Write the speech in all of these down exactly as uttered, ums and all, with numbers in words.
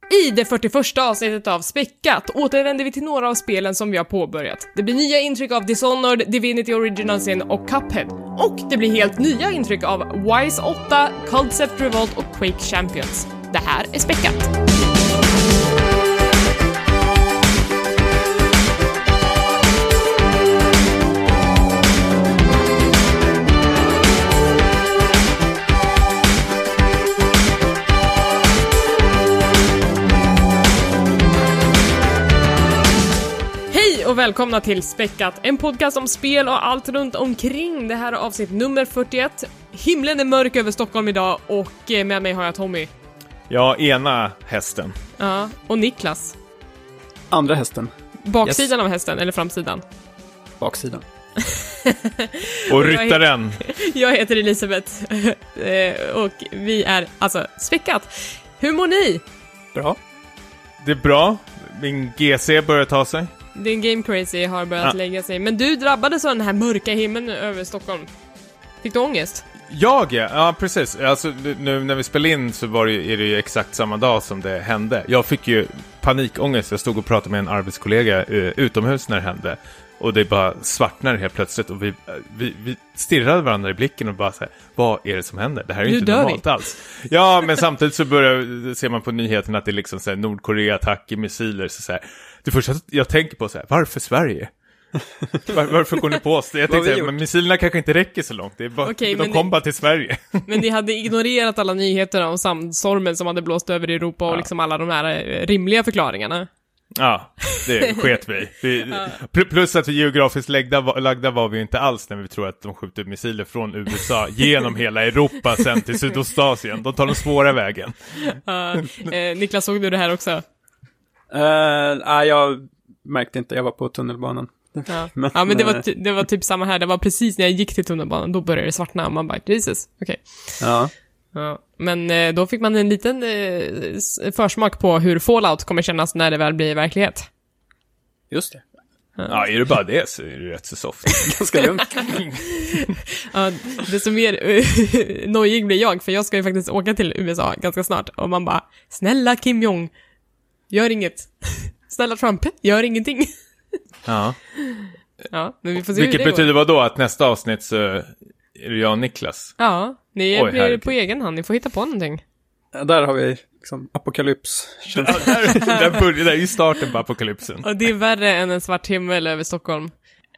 I det fyrtioförsta avsnittet av Späckat återvänder vi till några av spelen som vi har påbörjat. Det blir nya intryck av Dishonored, Divinity Original Sin och Cuphead. Och det blir helt nya intryck av Wise åtta, Concept Revolt och Quake Champions. Det här är Späckat. Och välkomna till Späckat, en podcast om spel och allt runt omkring. Det här är avsnitt nummer fyrtioett. Himlen är mörk över Stockholm idag och med mig har jag Tommy. Ja, ena hästen. Ja, och Niklas. Andra hästen. Baksidan yes. av hästen, eller framsidan? Baksidan. Och ryttaren. Jag heter, jag heter Elisabeth och vi är alltså Späckat. Hur mår ni? Bra. Det är bra. Min G C börjar ta sig. Din Game Crazy har börjat ja. lägga sig. Men du drabbades av den här mörka himlen över Stockholm. Fick du ångest? Jag, ja. Ja, precis. Alltså, nu när vi spelade in så var det, är det ju exakt samma dag som det hände. Jag fick ju panikångest. Jag stod och pratade med en arbetskollega uh, utomhus när det hände. Och det bara svartnade helt plötsligt. Och vi, vi, vi stirrade varandra i blicken och bara så här, vad är det som händer? Det här är ju inte normalt vi. alls. Ja, men samtidigt så börjar, ser man på nyheterna att det är liksom så här, Nordkorea-attack i missiler. Så så här. Det första jag tänker på så här, varför Sverige? Var, varför går ni på oss? Jag tänkte säga, men missilerna kanske inte räcker så långt. Det är bara, okay, de kom bara till Sverige. Men ni hade ignorerat alla nyheter om sandstormen som hade blåst över Europa och ja. liksom alla de här rimliga förklaringarna. Ja, det sket vi. vi ja. Plus att vi geografiskt lagda, lagda var vi inte alls när vi tror att de skjuter missiler från U S A genom hela Europa sen till Sydostasien. De tar den svåra vägen. Ja. Eh, Niklas, såg du det här också? Nej, uh, jag märkte inte. Jag var på tunnelbanan. Ja, men, ja, men det, var ty- det var typ samma här. Det var precis när jag gick till tunnelbanan. Då började det svartna. Man bara, Jesus, okej. Okay. Ja. Ja, men eh, då fick man en liten eh, försmak på hur Fallout kommer kännas när det väl blir verklighet. Just det. Ja, ja är det bara det så är det rätt så soft. Ganska lugnt. Ja, det som mer uh, nojig blir jag, för jag ska ju faktiskt åka till U S A ganska snart. Och man bara, snälla Kim Jong, gör inget. Snälla Trump, gör ingenting. Ja. Ja, men vi får se. Vilket betyder vad då? Att nästa avsnitt så är det jag och Niklas? Ja, ni Oj, blir herregud. på egen hand. Ni får hitta på någonting. Ja, där har vi liksom apokalyps. Ja, där, där, börjar, där är ju starten på apokalypsen. Och det är värre än en svart himmel över Stockholm.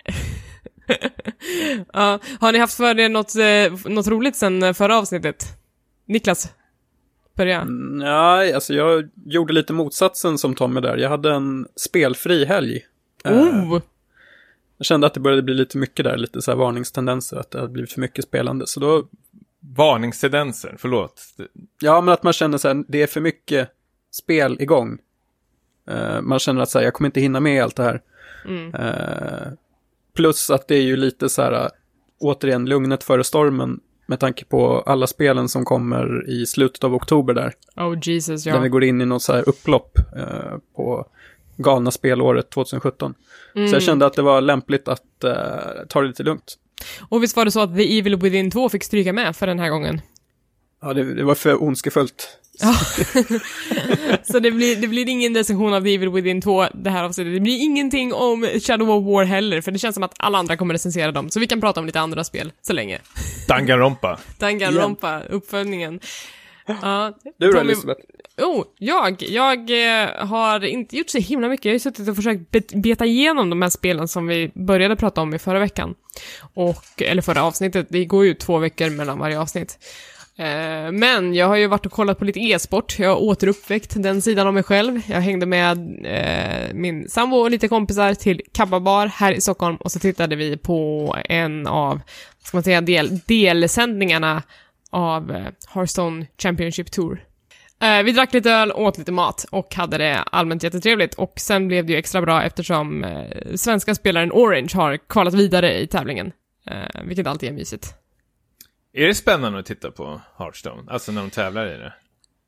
Ja, har ni haft för er något, eh, något roligt sen förra avsnittet? Niklas, börja. Mm, ja, alltså jag gjorde lite motsatsen som Tommy där. Jag hade en spelfri helg. Oh! Uh, jag kände att det började bli lite mycket där. Lite så här varningstendenser. Att det hade blivit för mycket spelande. Så då... Varningstendenser, förlåt. Ja, men att man känner så här, det är för mycket spel igång. Uh, man känner att så här, jag kommer inte hinna med allt det här. Mm. Uh, plus att det är ju lite så här, uh, återigen lugnet före stormen. Med tanke på alla spelen som kommer i slutet av oktober där. Oh Jesus, ja. Där vi går in i något så här upplopp uh, på galna spelåret tjugohundrasjutton. Mm. Så jag kände att det var lämpligt att uh, ta det lite lugnt. Och visst var det så att The Evil Within två fick stryka med för den här gången? Ja, det, det var för ondskefullt. Ja. Så det blir, det blir ingen recension av The Evil Within två det här avsnittet. Det blir ingenting om Shadow of War heller, för det känns som att alla andra kommer recensera dem. Så vi kan prata om lite andra spel så länge. Danganronpa. Danganronpa, uppföljningen. Ja, du då, Elisabeth? Oh, jag, jag eh, har inte gjort så himla mycket. Jag har ju suttit och försökt bet- beta igenom de här spelen som vi började prata om i förra veckan. Och, eller förra avsnittet. Det går ju två veckor mellan varje avsnitt. Eh, men jag har ju varit och kollat på lite e-sport. Jag har återuppväckt den sidan av mig själv. Jag hängde med eh, min sambo och lite kompisar till Kabba Bar här i Stockholm. Och så tittade vi på en av, ska man säga, del, delsändningarna av eh, Hearthstone Championship Tour. Eh, vi drack lite öl, åt lite mat och hade det allmänt jättetrevligt. Och sen blev det ju extra bra eftersom eh, svenska spelaren Orange har kvalat vidare i tävlingen. Eh, vilket alltid är mysigt. Är det spännande att titta på Hearthstone? Alltså när de tävlar i det?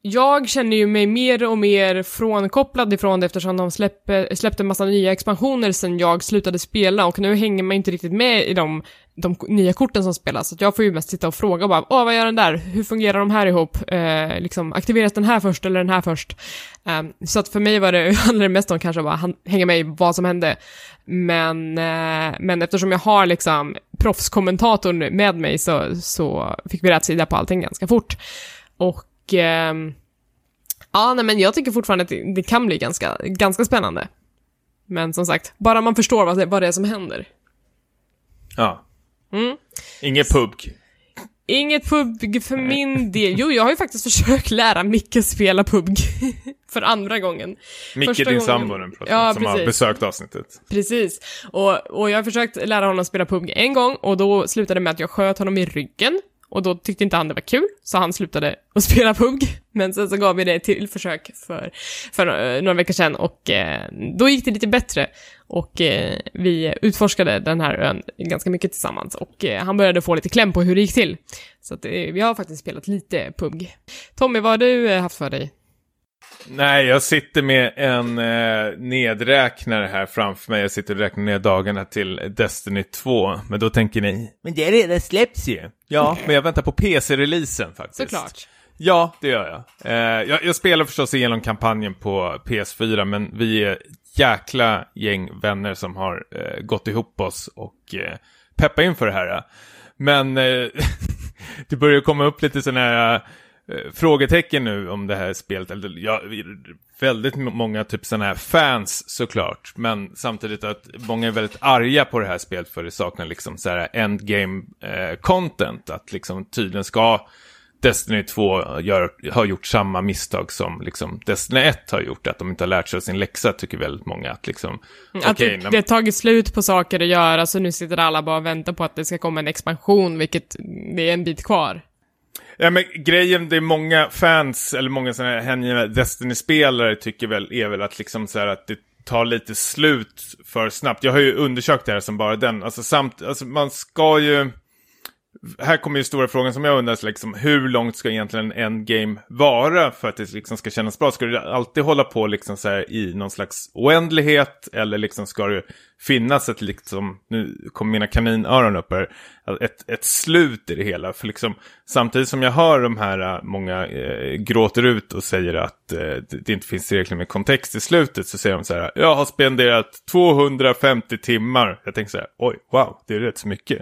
Jag känner ju mig mer och mer frånkopplad ifrån det eftersom de släpper, släppte en massa nya expansioner sen jag slutade spela och nu hänger man inte riktigt med i de, de nya korten som spelas. Så jag får ju mest sitta och fråga bara, åh vad gör den där? Hur fungerar de här ihop? Eh, liksom, aktiveras den här först eller den här först? Eh, så att för mig var det, handlade det mest om kanske bara han, hänga med i vad som hände. Men, eh, men eftersom jag har liksom proffskommentatorn med mig så, så fick vi rätt sida på allting ganska fort. Och Och, eh, ja, nej, men jag tycker fortfarande att det, det kan bli ganska, ganska spännande. Men som sagt, bara man förstår vad det, vad det är som händer. Ja. Mm. Inget P U B G. Inget P U B G för min del. Jo, jag har ju faktiskt försökt lära Micke spela P U B G för andra gången. Micke, Första din gången... sambo, ja, som precis. har besökt avsnittet. Precis. Och, och jag har försökt lära honom spela P U B G en gång och då slutade det med att jag sköt honom i ryggen. Och då tyckte inte han det var kul, så han slutade att spela P U B G. Men sen så gav vi det till försök för, för några veckor sedan och eh, då gick det lite bättre. Och eh, vi utforskade den här ön ganska mycket tillsammans och eh, han började få lite kläm på hur det gick till. Så att, eh, vi har faktiskt spelat lite P U B G. Tommy, vad har du eh, haft för dig? Nej, jag sitter med en eh, nedräknare här framför mig. Jag sitter och räknar ner dagarna till Destiny två. Men då tänker ni, men det är redan släpps ju. Ja, men jag väntar på P C-releasen faktiskt. Såklart. Ja, det gör jag. Eh, jag. Jag spelar förstås igenom kampanjen på P S fyra, men vi är jäkla gäng vänner som har eh, gått ihop oss och eh, peppa in för det här. Men eh, det börjar komma upp lite sådana här eh, frågetecken nu om det här spelet. Eller, ja, väldigt många typ sådana här fans såklart, men samtidigt att många är väldigt arga på det här spelet för det saknar liksom så här endgame eh, content, att liksom tydligen ska Destiny två gör, har gjort samma misstag som liksom Destiny ett har gjort, att de inte har lärt sig sin läxa, tycker väldigt många att liksom att okay, det, när... det har tagit slut på saker att göra, så nu sitter alla bara och väntar på att det ska komma en expansion, vilket det är en bit kvar. Ja, men grejen, det är många fans eller många sådana här hängivna Destiny-spelare tycker väl är väl att liksom så här att det tar lite slut för snabbt. Jag har ju undersökt det här som bara den, alltså samt, alltså man ska ju, här kommer ju stora frågan som jag undrar liksom, hur långt ska egentligen en endgame vara för att det liksom ska kännas bra? Ska du alltid hålla på liksom så här i någon slags oändlighet, eller liksom ska det finnas ett liksom, nu kommer mina kaninöron upp här, ett, ett slut i det hela? För liksom, samtidigt som jag hör de här många eh, gråter ut och säger att eh, det inte finns tillräckligt med kontext i slutet, så säger de så här, jag har spenderat tvåhundrafemtio timmar. Jag tänker så här, oj, wow, det är rätt så mycket.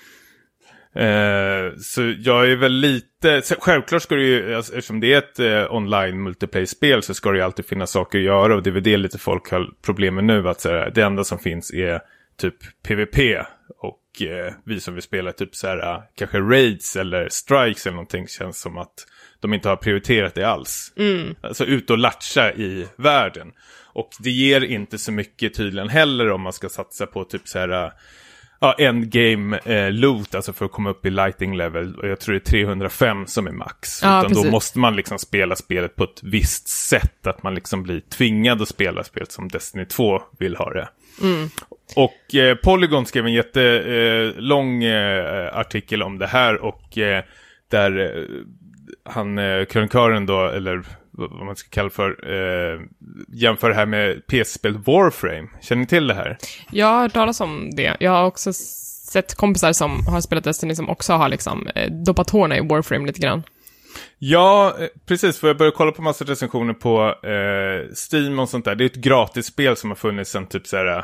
Uh, så jag är väl lite, självklart ska det ju, alltså, eftersom det är ett uh, online multiplayer-spel, så ska det ju alltid finnas saker att göra, och det är väl det lite folk har problem med nu, att så här, det enda som finns är typ PvP, och uh, vi som vill spela typ så här, uh, kanske raids eller strikes eller någonting, känns som att de inte har prioriterat det alls. Mm. Alltså ut och latcha i världen, och det ger inte så mycket tydligen heller om man ska satsa på typ så här uh, ja, endgame eh, loot, alltså för att komma upp i lighting level, och jag tror det är trehundrafem som är max. Ja, utan precis. då måste man liksom spela spelet på ett visst sätt, att man liksom blir tvingad att spela spelet som Destiny två vill ha det. Mm. Och eh, Polygon skrev en jättelång eh, eh, artikel om det här, och eh, där eh, han, eh, krönikören då, eller vad man ska kalla för, eh, jämför det här med P C-spelet Warframe. Känner ni till det här? Jag har hört talas om det. Jag har också sett kompisar som har spelat Destiny som också har liksom eh, doppat hårna i Warframe lite grann. Ja, precis, för jag började kolla på massa recensioner på eh, Steam och sånt där. Det är ett gratis spel som har funnits sedan typ så här.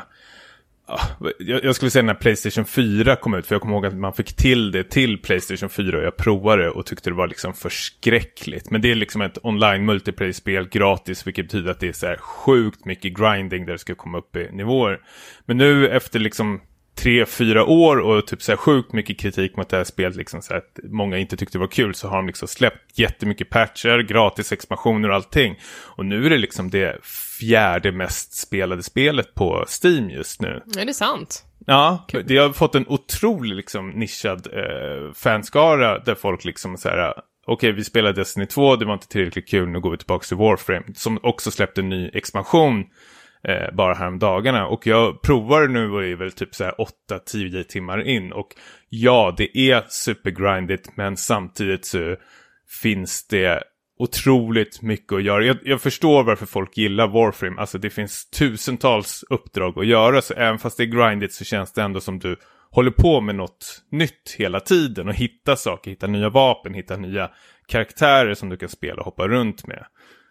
Jag skulle säga när PlayStation fyra kom ut, för jag kommer ihåg att man fick till det till PlayStation fyra, och jag provade det och tyckte det var liksom förskräckligt. Men det är liksom ett online multiplayer-spel gratis, vilket betyder att det är så här sjukt mycket grinding där det ska komma upp i nivåer. Men nu efter liksom tre, fyra år och typ så här sjukt mycket kritik mot det här spelet, liksom så här att många inte tyckte det var kul, så har de liksom släppt jättemycket patcher, gratis expansioner och allting. Och nu är det liksom det fjärde mest spelade spelet på Steam just nu. Är det sant? Ja, cool. Det har fått en otrolig liksom nischad eh, fanskara, där folk liksom så här, okej, okay, vi spelade Destiny två, det var inte tillräckligt kul, nu går vi tillbaka till Warframe, som också släppte en ny expansion Eh, bara här om dagarna, och jag provar nu och är väl typ så här åtta till tio timmar in, och ja, det är supergrindigt, men samtidigt så finns det otroligt mycket att göra. Jag, jag förstår varför folk gillar Warframe. Alltså det finns tusentals uppdrag att göra, så även fast det är grindigt så känns det ändå som du håller på med något nytt hela tiden och hitta saker, hitta nya vapen, hitta nya karaktärer som du kan spela och hoppa runt med.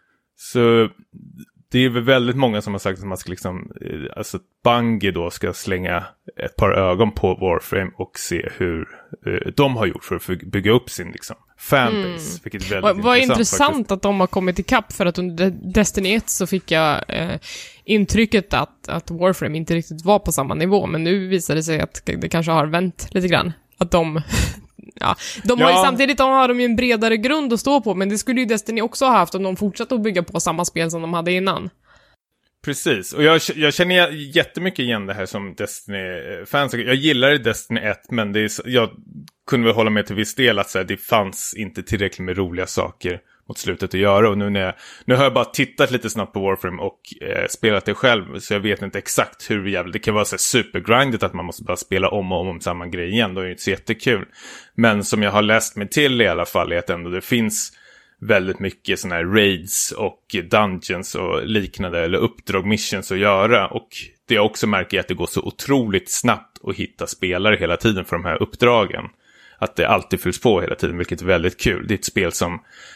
Så det är väl väldigt många som har sagt att man ska liksom, alltså Bungie då ska slänga ett par ögon på Warframe och se hur uh, de har gjort för att bygga upp sin liksom fanbase, mm. vilket är väldigt vad, vad intressant. intressant faktiskt. Att de har kommit ikapp, för att under Destiny ett så fick jag eh, intrycket att, att Warframe inte riktigt var på samma nivå, men nu visar det sig att det kanske har vänt lite grann. Att de... Ja, de har ja. ju samtidigt de har de ju en bredare grund att stå på, men det skulle ju Destiny också ha haft om de fortsatte att bygga på samma spel som de hade innan. Precis, och jag, jag känner jättemycket igen det här som Destiny-fans. Jag gillar Destiny ett, men det är, jag kunde väl hålla med till viss del att så här, det fanns inte tillräckligt med roliga saker mot slutet att göra. Och nu, när jag, nu har jag bara tittat lite snabbt på Warframe och eh, spelat det själv, så jag vet inte exakt hur jävligt. Det kan vara så här supergrindigt att man måste bara spela om och om, om samma grej igen. Det är ju inte så jättekul. Men som jag har läst mig till i alla fall är att ändå det finns väldigt mycket såna här raids och dungeons och liknande, eller uppdrag, missions att göra. Och det jag också märker är att det går så otroligt snabbt att hitta spelare hela tiden för de här uppdragen. Att det alltid fylls på hela tiden, vilket är väldigt kul. Det är ett spel som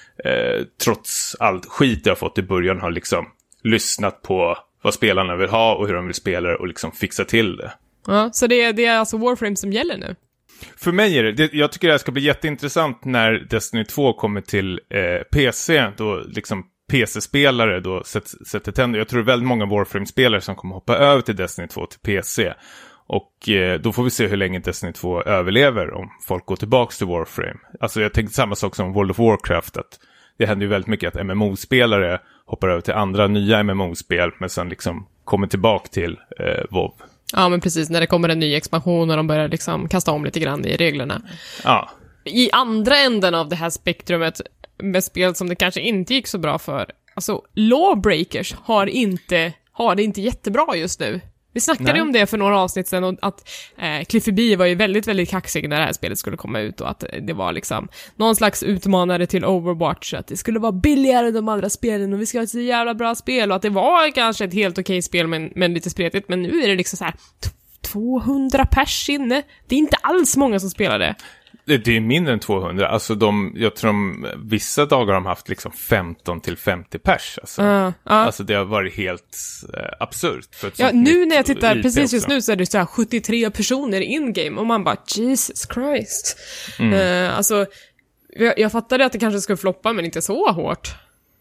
eh, trots allt skit jag har fått i början har liksom lyssnat på vad spelarna vill ha och hur de vill spela det och liksom fixa till det. Ja, så det är, det är alltså Warframe som gäller nu? För mig är det, det, jag tycker det här ska bli jätteintressant när Destiny två kommer till eh, P C, då liksom P C-spelare då sätter, sätter tänder. Jag tror det är väldigt många Warframe-spelare som kommer hoppa över till Destiny två till P C. Och eh, då får vi se hur länge Destiny två överlever om folk går tillbaka till Warframe. Alltså jag tänkte samma sak som World of Warcraft, att det händer ju väldigt mycket att M M O-spelare hoppar över till andra nya M M O-spel men sen liksom kommer tillbaka till eh, WoW. Ja, men precis, när det kommer en ny expansion och de börjar liksom kasta om lite grann i reglerna. Ja. I andra änden av det här spektrumet med spel som det kanske inte gick så bra för, alltså Lawbreakers har inte har det inte jättebra just nu. Vi snackade Nej. om det för några avsnitt sedan, och att eh, Cliffy B var ju väldigt, väldigt kaxig när det här spelet skulle komma ut, och att det var liksom någon slags utmanare till Overwatch, att det skulle vara billigare än de andra spelen och vi ska ha ett så jävla bra spel, och att det var kanske ett helt okej spel men, men lite spretigt, men nu är det liksom så här tvåhundra pers inne. Det är inte alls många som spelar det. Det är mindre än tvåhundra. Alltså de, jag tror de, vissa dagar har de haft liksom femton till femtio pers. Alltså, uh, uh. alltså det har varit helt eh, absurt. För ett ja, nu när jag tittar I P precis också. Just nu så är det så här sjuttiotre personer in-game och man bara, Jesus Christ. Mm. Uh, alltså, jag, jag fattade att det kanske skulle floppa, men inte så hårt.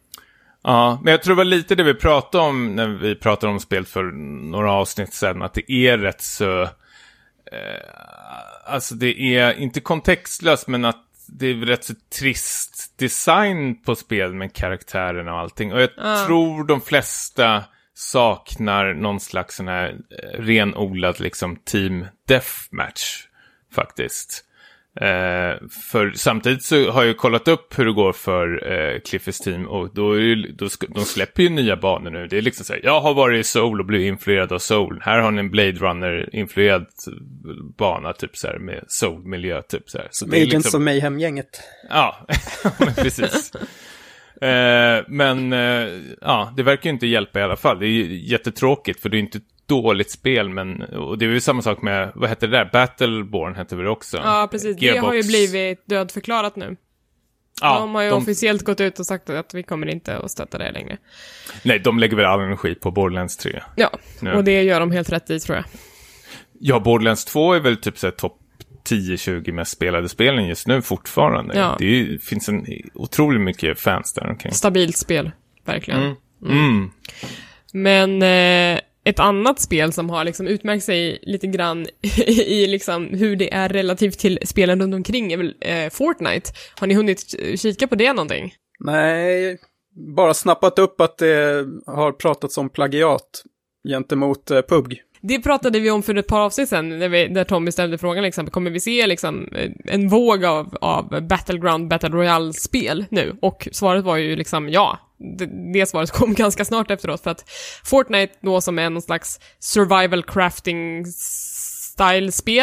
Ja, men jag tror det var lite det vi pratade om när vi pratade om spel för några avsnitt sedan, att det är rätt så... Eh, alltså det är inte kontextlöst, men att det är rätt så trist design på spel med karaktärerna och allting. Och jag uh. tror de flesta saknar någon slags sån här renodlad liksom team deathmatch faktiskt. Eh, för samtidigt så har jag kollat upp hur det går för eh, Cliffys team, och då, är ju, då sk- de släpper ju nya banor nu. Det är liksom så här, jag har varit i Soul och blivit influerad av Soul. Här har ni en Blade Runner-influerad bana typ så här, med Soul-miljö typ så här. Så Agents liksom... of Mayhem-gänget. Ja, men precis. eh, men eh, ja, det verkar ju inte hjälpa i alla fall. Det är ju jättetråkigt, för det är inte dåligt spel, men och det är ju samma sak med, vad heter det där? Battleborn heter det också. Ja, precis. Gearbox. Det har ju blivit dödförklarat nu. Ja, de har ju de... officiellt gått ut och sagt att vi kommer inte att stötta det längre. Nej, de lägger väl all energi på Borderlands tre. Ja, nu. Och det gör de helt rätt i, tror jag. Ja, Borderlands två är väl typ så här topp tio tjugo mest spelade spelen just nu fortfarande. Ja. Det är, finns en otroligt mycket fans där omkring. Stabilt spel, verkligen. Mm. Mm. Mm. Men... Eh... Ett annat spel som har liksom utmärkt sig lite grann i liksom hur det är relativt till spelen runt omkring är väl eh, Fortnite. Har ni hunnit kika på det någonting? Nej, bara snappat upp att det har pratats om plagiat gentemot eh, P U B G. Det pratade vi om för ett par avsnitt sedan, där, vi, där Tommy ställde frågan liksom, kommer vi se liksom en våg av, av Battleground Battle Royale-spel nu? Och svaret var ju liksom ja. Det, det svaret kom ganska snart efteråt, för att Fortnite då, som är någon slags survival crafting style-spel,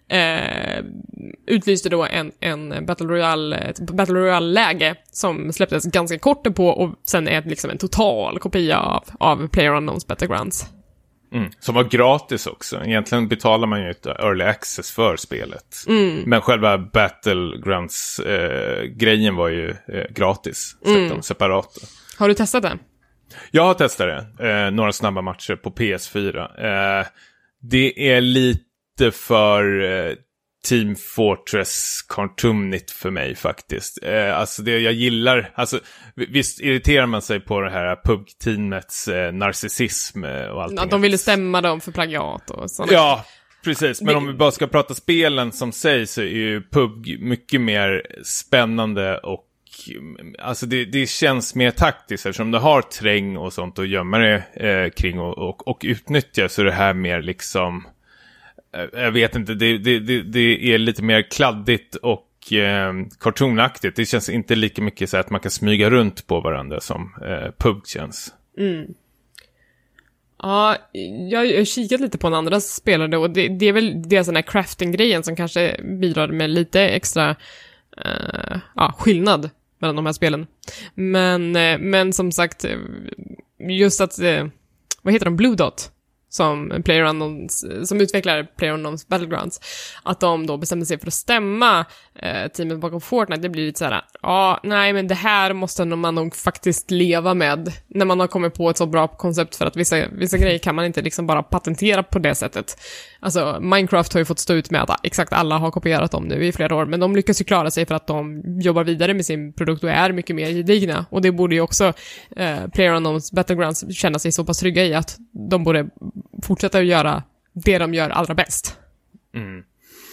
eh, utlyste då en, en Battle Royale, ett Battle Royale-läge som släpptes ganska kort på och sen är det liksom en total kopia av, av PlayerUnknown's Battlegrounds. Mm, som var gratis också. Egentligen betalar man ju ett early access för spelet. Mm. Men själva Battlegrounds-grejen eh, var ju eh, gratis. Så mm. de separata. Har du testat det? Jag har testat det. Eh, några snabba matcher på P S fyra. Eh, det är lite för eh, Team Fortress-kartumnigt för mig faktiskt. Eh, alltså det jag gillar... Alltså, visst irriterar man sig på det här P U B G-teamets eh, narcissism och allting. Ja, de ville stämma dem för plagiat och sånt. Ja, precis. Men det... om vi bara ska prata spelen som sägs så är ju P U B G mycket mer spännande och alltså det, det känns mer taktiskt eftersom det har träng och sånt och gömma det eh, kring och, och, och utnyttja så är det här mer liksom jag vet inte, det, det, det, det är lite mer kladdigt och eh, cartoonaktigt. Det känns inte lika mycket så att man kan smyga runt på varandra som eh, P U B G känns. Mm. Ja, jag har kikat lite på en andra spelare och det, det är väl det sån här crafting-grejen som kanske bidrar med lite extra eh, ja, skillnad mellan de här spelen. Men, eh, men som sagt, just att, eh, vad heter de, Blue Dot? Som, PlayerUnknown's, som utvecklar PlayerUnknown's Battlegrounds, att de då bestämde sig för att stämma eh, teamet bakom Fortnite. Det blir lite så här, ja, nej men det här måste man nog faktiskt leva med när man har kommit på ett så bra koncept, för att vissa, vissa grejer kan man inte liksom bara patentera på det sättet. Alltså, Minecraft har ju fått stå ut med att exakt alla har kopierat dem nu i flera år, men de lyckas ju klara sig för att de jobbar vidare med sin produkt och är mycket mer gedigna. Och det borde ju också eh, PlayerUnknown's Battlegrounds känna sig så pass trygga i att de borde fortsätta att göra det de gör allra bäst. Mm.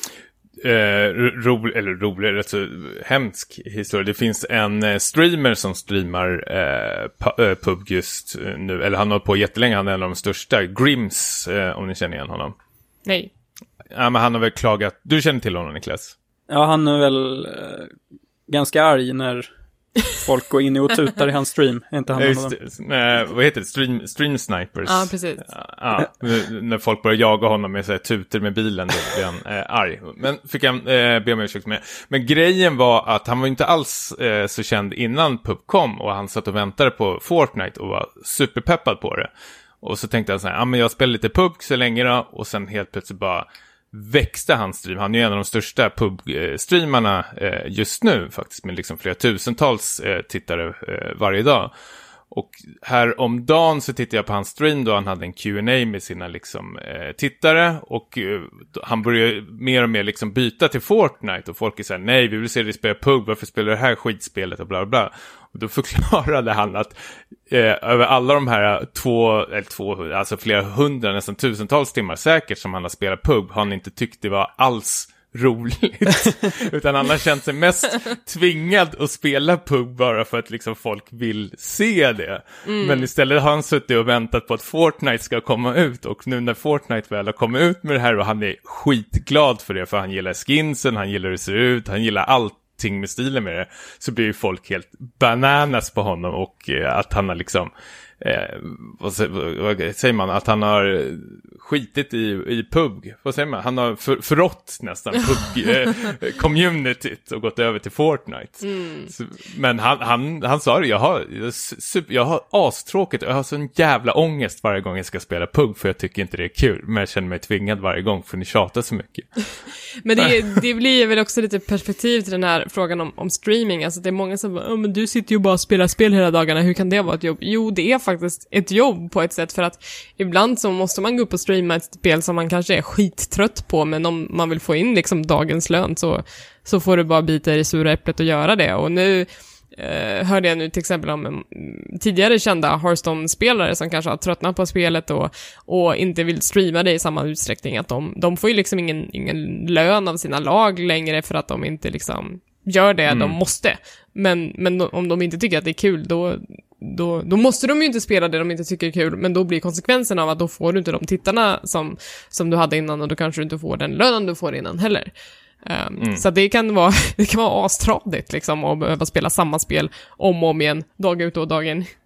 Eh, ro, eller rolig, rätt så hemsk historia. Det finns en eh, streamer som streamar eh, P U B G just nu, eller han har på jättelänge, han är en av de största, Grims, eh, om ni känner igen honom. Nej. Ja, men han har väl klagat, du känner till honom, Niklas? Ja, han är väl eh, ganska arg när folk går in och tutar i hans stream. Är inte han Just, nej, vad heter det? Stream, stream snipers. Ja, precis. Ja, när folk börjar jaga honom med så här, tuter med bilen, då blir han eh, arg. Men fick han eh, be om ursäkt med. Men grejen var att han var inte alls eh, så känd innan P U B G kom, och han satt och väntade på Fortnite och var superpeppad på det. Och så tänkte han så här, ja men jag spelar lite P U B G så länge då, och sen helt plötsligt bara växte hans stream. Han är ju en av de största P U B G-streamarna eh, just nu faktiskt, med liksom flera tusentals eh, tittare eh, varje dag. Och här om dagen så tittade jag på hans stream då han hade en Q and A med sina liksom eh, tittare, och eh, han började mer och mer liksom byta till Fortnite, och folk är såhär, nej vi vill se dig spela P U B G, varför spelar du det här skitspelet och bla bla. Och då förklarade han att eh, över alla de här två, eller två, alltså flera hundra, nästan tusentals timmar säkert som han har spelat P U B G, har han inte tyckt det var alls roligt. Utan han har känt sig mest tvingad att spela P U B G bara för att liksom folk vill se det. Mm. Men istället har han suttit och väntat på att Fortnite ska komma ut, och nu när Fortnite väl har kommit ut med det här, och han är skitglad för det, för han gillar skinsen, han gillar hur det ser ut, han gillar allt med stilen med det, så blir ju folk helt bananas på honom, och eh, att han har liksom eh, vad, säger, vad säger man, att han har skitit i, i P U B G, vad säger man, han har för, förrått nästan P U B G-communityt eh, och gått över till Fortnite. Mm. Så, men han, han, han sa det, jag har, super, jag har astråkigt, jag har sån jävla ångest varje gång jag ska spela P U B G, för jag tycker inte det är kul, men jag känner mig tvingad varje gång för ni tjatar så mycket. Men det, det blir väl också lite perspektiv till den här frågan om, om streaming. Alltså det är många som bara, oh, men du sitter ju bara och spelar spel hela dagarna, hur kan det vara ett jobb? Jo, det är faktiskt ett jobb på ett sätt, för att ibland så måste man gå upp och streama ett spel som man kanske är skittrött på, men om man vill få in liksom dagens lön så, så får du bara bita i det sura äpplet och göra det. Och nu eh, hörde jag nu till exempel om en tidigare kända Hearthstone-spelare som kanske har tröttnat på spelet och, och inte vill streama det i samma utsträckning, att de, de får ju liksom ingen, ingen lön av sina lag längre för att de inte liksom gör det mm. de måste. Men, men om de inte tycker att det är kul, då, då, då måste de ju inte spela det de inte tycker är kul, men då blir konsekvensen av att då får du inte de tittarna som, som du hade innan, och då kanske du inte får den lönen du får innan heller. Um, mm. Så det kan vara det kan vara astradigt liksom, att behöva spela samma spel om och om igen, dag ut och dag in.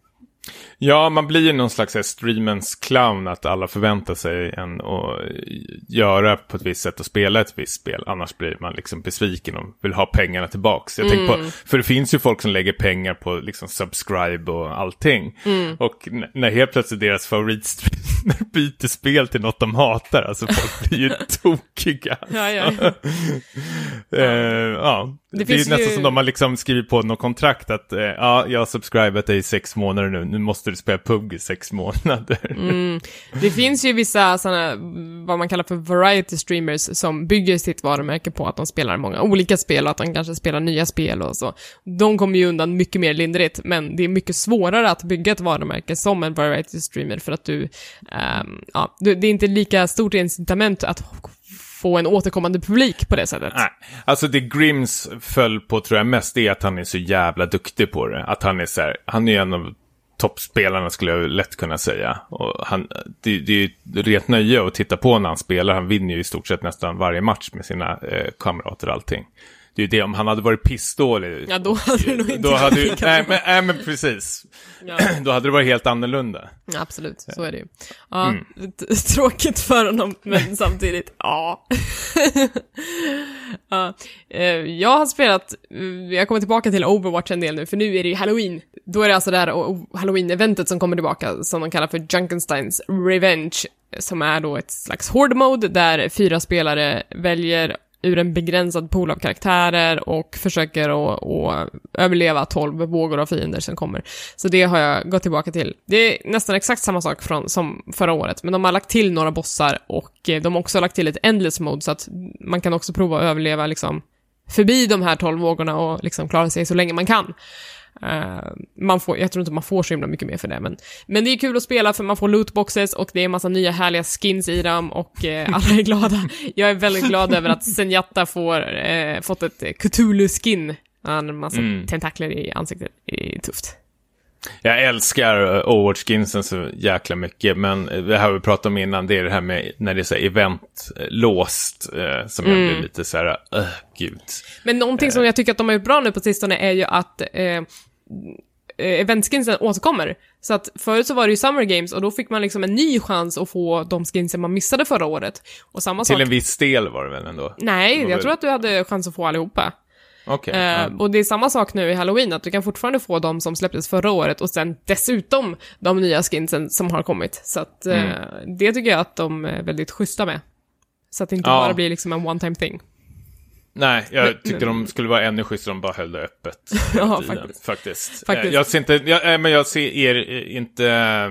Ja, man blir ju någon slags här streamens clown, att alla förväntar sig en att göra på ett visst sätt och spela ett visst spel. Annars blir man liksom besviken och vill ha pengarna tillbaks. Jag mm. tänker på, för det finns ju folk som lägger pengar på liksom subscribe och allting. Mm. Och n- när helt plötsligt deras favoritstreamer byter spel till något de hatar, alltså folk blir ju tokiga. Alltså. Ja, ja. uh, ja. Det, det är ju nästan ju... som de har liksom skrivit på något kontrakt att uh, ja, jag har subscribet dig i sex månader nu. Nu måste du spela P U B G i sex månader. Mm. Det finns ju vissa sådana, vad man kallar för variety streamers, som bygger sitt varumärke på att de spelar många olika spel och att de kanske spelar nya spel och så. De kommer ju undan mycket mer lindrigt, men det är mycket svårare att bygga ett varumärke som en variety streamer för att du, um, ja, det är inte lika stort incitament att få en återkommande publik på det sättet. Nej, alltså det Grims föll på tror jag mest är att han är så jävla duktig på det. Att han är så här, han är en av toppspelarna skulle jag lätt kunna säga. Och han, det, det är ju rätt nöje att titta på när han spelar. Han vinner ju i stort sett nästan varje match med sina eh, kamrater och allting. Det är ju det, om han hade varit pissdålig. Ja, då hade det nog inte då hade ju, nej, men, nej, men precis. Ja. Då hade det varit helt annorlunda. Ja, absolut, så är det ju. Ja, mm. t- tråkigt för honom, men samtidigt, ja. ja. Jag har spelat, jag kommer tillbaka till Overwatch en del nu, för nu är det ju Halloween. Då är det alltså det här Halloween-eventet som kommer tillbaka, som de kallar för Junkensteins Revenge, som är då ett slags horde mode där fyra spelare väljer ur en begränsad pool av karaktärer och försöker att, att överleva tolv vågor av fiender som kommer. Så det har jag gått tillbaka till. Det är nästan exakt samma sak från, som förra året, men de har lagt till några bossar och de har också lagt till ett endless mode så att man kan också prova att överleva liksom förbi de här tolv vågorna och liksom klara sig så länge man kan. Uh, man får, jag tror inte man får så himla mycket mer för det, men, men det är kul att spela för man får lootboxes och det är en massa nya härliga skins i dem och uh, alla är glada. Jag är väldigt glad över att Zenyatta får uh, fått ett Cthulhu-skin. Han har en massa mm. tentakler i ansiktet. Det är tufft. Jag älskar Overwatch-skinsen så jäkla mycket, men det här vi pratade om innan, det är det här med när det är så event-låst eh, som mm. jag blir lite så här, uh, gud. Men någonting som jag tycker att de har gjort bra nu på sistone är ju att eh, eventskinsen återkommer. Så att förut så var det ju Summer Games och då fick man liksom en ny chans att få de skinsen man missade förra året. Och samma Till sak... en viss del var det väl ändå? Nej, jag väl... tror att du hade chans att få allihopa. Okay, uh, ja. Och det är samma sak nu i Halloween, att du kan fortfarande få de som släpptes förra året och sen dessutom de nya skinsen som har kommit. Så att uh, mm. det tycker jag att de är väldigt schyssta med. Så att det inte ja. bara blir liksom en one-time thing. Nej, jag men, tycker men... de skulle vara ännu schyssta om de bara höll det öppet. Ja, tiden, faktiskt. faktiskt. faktiskt. Jag ser inte, jag, men jag ser er inte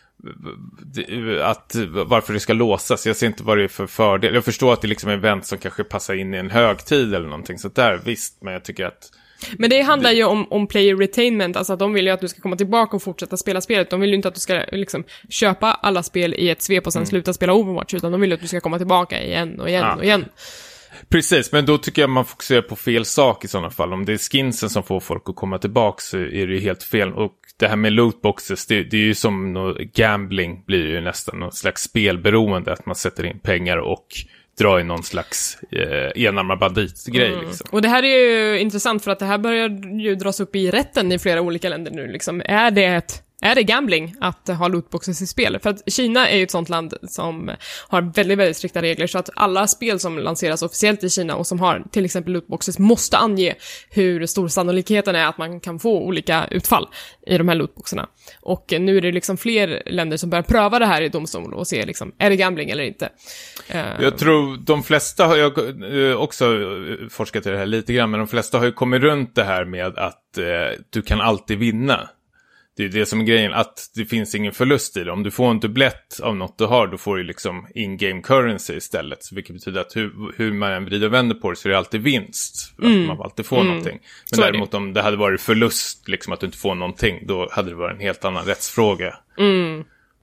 att varför det ska låsas. Jag ser inte vad det är för fördel. Jag förstår att det är liksom event som kanske passar in i en högtid eller någonting så där, visst, men jag tycker att men det handlar ju om, om player retainment, alltså att de vill ju att du ska komma tillbaka och fortsätta spela spelet. De vill ju inte att du ska liksom köpa alla spel i ett svep och sen mm. sluta spela Overwatch, utan de vill att du ska komma tillbaka igen och igen ja. och igen. Precis, men då tycker jag man fokuserar på fel sak i sådana fall. Om det är skinsen som får folk att komma tillbaka så är det ju helt fel. Och det här med lootboxes, det, det är ju som något gambling, blir ju nästan något slags spelberoende, att man sätter in pengar och drar i någon slags eh, enarmad bandit-grej. Mm. Liksom. Och det här är ju intressant för att det här börjar ju dras upp i rätten i flera olika länder nu. Liksom. Är det ett Är det gambling att ha lootboxes i spel? För att Kina är ju ett sånt land som har väldigt, väldigt strikta regler, så att alla spel som lanseras officiellt i Kina och som har till exempel lootboxes måste ange hur stor sannolikheten är att man kan få olika utfall i de här lootboxerna. Och nu är det liksom fler länder som börjar pröva det här i domstol och se liksom, är det gambling eller inte? Jag tror de flesta har jag också forskat i det här lite grann, men de flesta har ju kommit runt det här med att eh, du kan alltid vinna. Det är det som är grejen, att det finns ingen förlust i det. Om du får en dubblett av något du har, då får du liksom in-game currency istället. Så vilket betyder att hur, hur man än vrider och vänder på det så är det alltid vinst. Mm. Att man alltid får mm. någonting. Men så däremot om det hade varit förlust, liksom att du inte får någonting, då hade det varit en helt annan rättsfråga. Mm.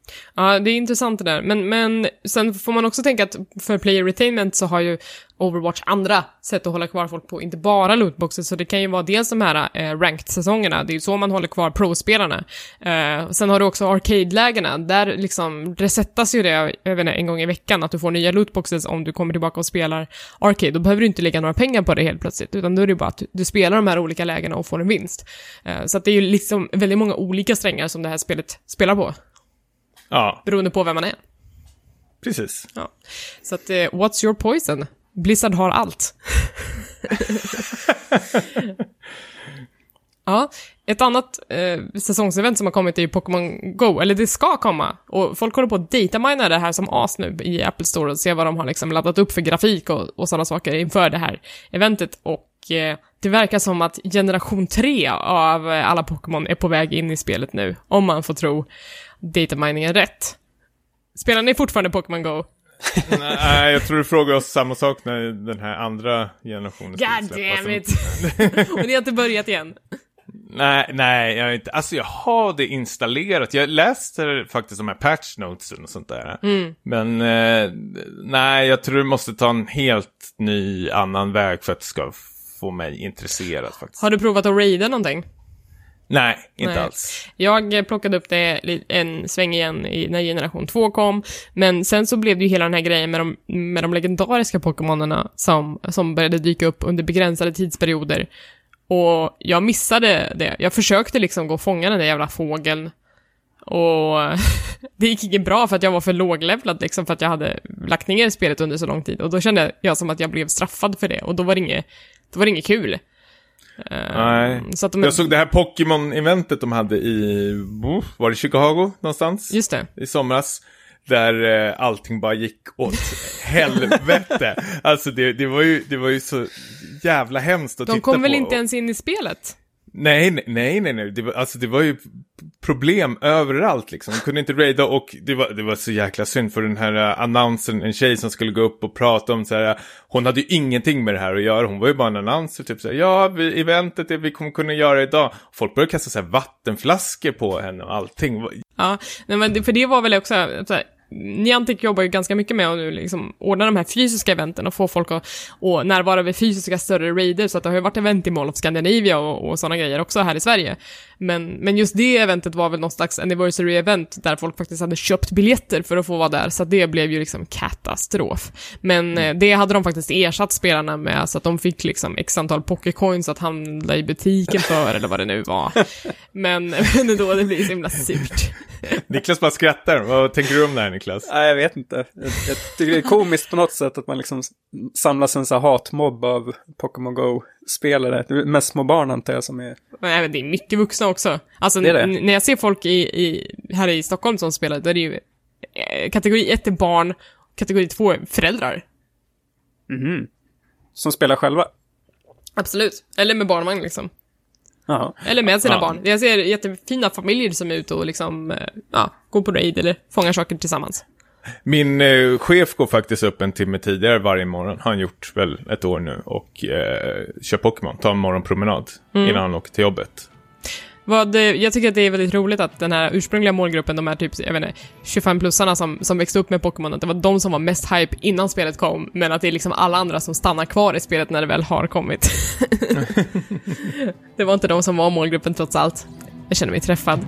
Ja, det är intressant det där. Men, men sen får man också tänka att för player retainment så har ju Overwatch andra sätt att hålla kvar folk på, inte bara lootboxes, så det kan ju vara dels de här eh, ranked-säsongerna, det är ju så man håller kvar pro-spelarna. Eh, sen har du också arcade-lägena, där liksom resettas ju det jag vet inte, en gång i veckan att du får nya lootboxes om du kommer tillbaka och spelar arcade. Då behöver du inte lägga några pengar på det helt plötsligt, utan då är det bara att du, du spelar de här olika lägena och får en vinst. Eh, så att det är ju liksom väldigt många olika strängar som det här spelet spelar på. Ja. Beroende på vem man är. Precis. Ja. Så att, eh, what's your poison? Blizzard har allt. Ja, ett annat eh, säsongsevent som har kommit är ju Pokémon Go, eller det ska komma. Och folk håller på att datamina det här som as nu i Apple Store och se vad de har liksom laddat upp för grafik och, och sådana saker inför det här eventet. Och eh, det verkar som att generation tre av alla Pokémon är på väg in i spelet nu, om man får tro dataminingen rätt. Spelar ni fortfarande Pokémon Go? Nej, jag tror du frågar oss samma sak när den här andra generationen God damn it! Och ni har inte börjat igen? Nej, nej, jag har inte. Alltså jag har det installerat. Jag läste faktiskt de här patch notesen och sånt där. Mm. Men eh, nej, jag tror du måste ta en helt ny annan väg för att det ska få mig intresserad faktiskt. Har du provat att raida någonting? Nej, inte Nej. alls. Jag plockade upp det en sväng igen i, när generation två kom, men sen så blev det ju hela den här grejen med de, med de legendariska Pokémonerna som, som började dyka upp under begränsade tidsperioder. Och jag missade det. Jag försökte liksom gå och fånga den där jävla fågeln. Och det gick inte bra för att jag var för låglevlad liksom, för att jag hade lagt ner spelet under så lång tid. Och då kände jag som att jag blev straffad för det. Och då var det inget, då var det inget kul. Nej. Uh, så att de... Jag såg det här Pokémon-eventet de hade i, var det Chicago någonstans? Just det. I somras. Där eh, allting bara gick åt helvete. Alltså det, det, var ju, det var ju så jävla hemskt att de titta på. De kom väl inte ens in i spelet? Nej, nej, nej, nej. Det var, alltså det var ju problem överallt liksom. De kunde inte raida och det var, det var så jäkla synd för den här uh, annonsern, en tjej som skulle gå upp och prata om så här. Hon hade ju ingenting med det här att göra. Hon var ju bara en annonser typ så här. Ja, vi, eventet det vi kommer kunna göra idag. Folk började kasta så här vattenflaskor på henne och allting. Ja, nej, men det, för det var väl också så här, Niantic jobbar ju ganska mycket med att nu liksom ordna de här fysiska eventen och få folk att och närvara vid fysiska större raider, så att det har ju varit event i Mall of Scandinavia och, och sådana grejer också här i Sverige. Men, men just det eventet var väl någon slags anniversary-event där folk faktiskt hade köpt biljetter för att få vara där, så det blev ju liksom katastrof. Men mm. det hade de faktiskt ersatt spelarna med, så att de fick liksom x antal pokécoins att handla i butiken för, eller vad det nu var. Men, men då det blir så himla surt. Niklas bara skrattar. Vad tänker du om det här, Niklas? Nej, jag vet inte. Jag, jag tycker det är komiskt på något sätt att man liksom samlas en så här hatmobb av Pokémon Go-spelare. Det är mest små barn antar jag som är... Nej, men det är mycket vuxna också. Alltså, det det. N- när jag ser folk i, i, här i Stockholm som spelar, då är det ju eh, kategori ett är barn, kategori två är föräldrar. Mhm. Som spelar själva? Absolut. Eller med barnvagn liksom. Aha. Eller med sina ja. barn. Jag ser jättefina familjer som är ute och liksom, ja, går på raid eller fångar saker tillsammans. Min eh, chef går faktiskt upp en timme tidigare varje morgon. Han har gjort väl ett år nu. Och eh, kör Pokémon. Tar en morgonpromenad mm. innan han åker till jobbet. Vad, jag tycker att det är väldigt roligt att den här ursprungliga målgruppen, de här typ, jag vet inte, tjugofem-plussarna som, som växte upp med Pokémon, att det var de som var mest hype innan spelet kom, men att det är liksom alla andra som stannar kvar i spelet när det väl har kommit. Det var inte de som var målgruppen trots allt. Jag känner mig träffad.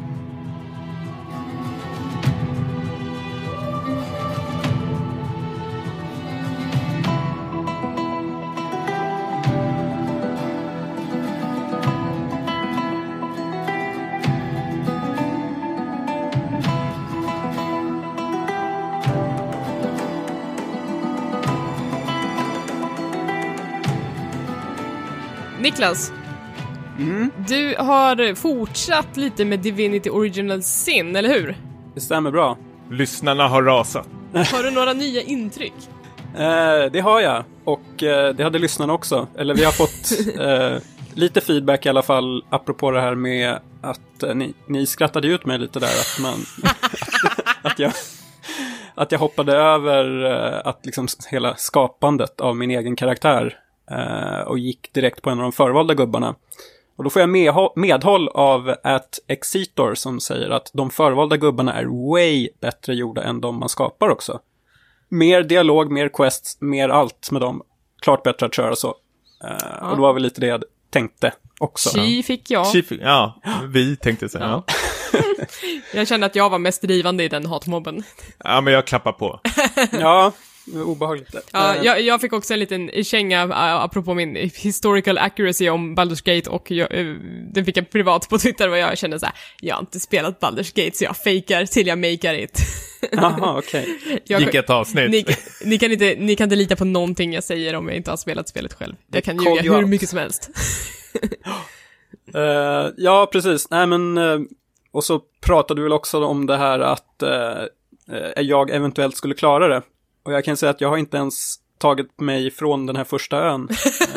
Niklas, mm. du har fortsatt lite med Divinity Original Sin, eller hur? Det stämmer bra. Lyssnarna har rasat. Har du några nya intryck? Eh, det har jag. Och eh, det hade lyssnarna också. Eller vi har fått eh, lite feedback i alla fall apropå det här med att eh, ni, ni skrattade ut mig lite där. Att, man, att, jag, att jag hoppade över eh, att liksom hela skapandet av min egen karaktär. Uh, och gick direkt på en av de förvalda gubbarna. Och då får jag medhåll, medhåll av at Exitor som säger att de förvalda gubbarna är way bättre gjorda än de man skapar också. Mer dialog, mer quests, mer allt med dem. Klart bättre att köra så. Uh, ja. Och det var väl lite det jag tänkte också. Chi fick jag. Chi fick, ja, vi tänkte säga. Ja. Jag kände att jag var mest drivande i den hatmobben. Ja, men jag klappar på. Ja, obehagligt. Ja, jag, jag fick också en liten känga uh, apropå min historical accuracy om Baldur's Gate och jag, uh, den fick jag privat på Twitter och jag kände så här: jag har inte spelat Baldur's Gate så jag fejkar till jag makear it. Jaha, okej. Okay. Vilket avsnitt. Ni, ni, kan inte, ni kan inte lita på någonting jag säger om jag inte har spelat spelet själv. Jag kan ljuga hur out. mycket som helst. uh, ja, precis. Nej, men uh, och så pratade du väl också om det här att uh, uh, jag eventuellt skulle klara det. Och jag kan säga att jag har inte ens tagit mig från den här första ön.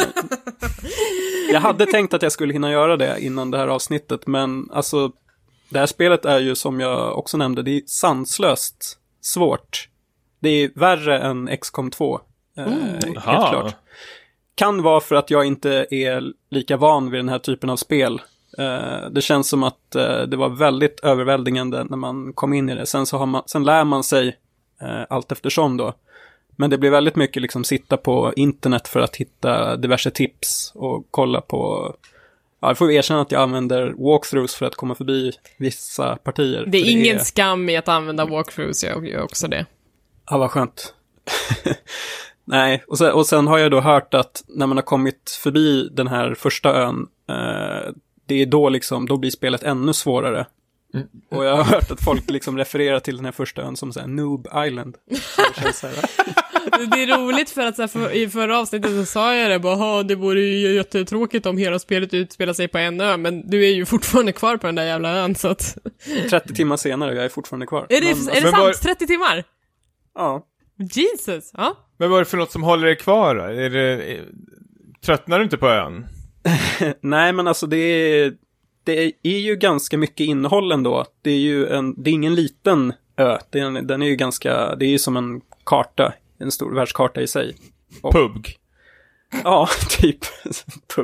Jag hade tänkt att jag skulle hinna göra det innan det här avsnittet. Men alltså, det här spelet är ju som jag också nämnde, det är sanslöst svårt. Det är värre än X COM två. Mm, eh, helt klart. Kan vara för att jag inte är lika van vid den här typen av spel. Eh, det känns som att eh, det var väldigt överväldigande när man kom in i det. Sen, så har man, sen lär man sig Uh, allt eftersom då. Men det blir väldigt mycket liksom sitta på internet för att hitta diverse tips och kolla på. Ja, jag får erkänna att jag använder walkthroughs för att komma förbi vissa partier. Det är det ingen är... skam i att använda walkthroughs, jag gör också det. Ja, vad skönt. Nej, och sen, och sen har jag då hört att när man har kommit förbi den här första ön, uh, det är då liksom, då blir spelet ännu svårare. Mm. Och jag har hört att folk liksom refererar till den här första ön som så här Noob Island. Så det känns så här. Det är roligt för att så här, för, i förra avsnittet så sa jag det bara, det vore ju jättetråkigt om hela spelet utspelar sig på en ö, men du är ju fortfarande kvar på den där jävla ön så att... trettio timmar senare, jag är fortfarande kvar. Är det, men, är det sant? var... trettio timmar? Ja. Jesus, ja. Men vad är det för något som håller dig kvar då? Är det... Tröttnar du inte på ön? Nej, men alltså det är... Det är ju ganska mycket innehåll ändå. Det är ju en, det är ingen liten ö. Det är en, den är ju ganska, det är ju som en karta, en stor världskarta i sig. Och, Pug. Ja, typ Pug.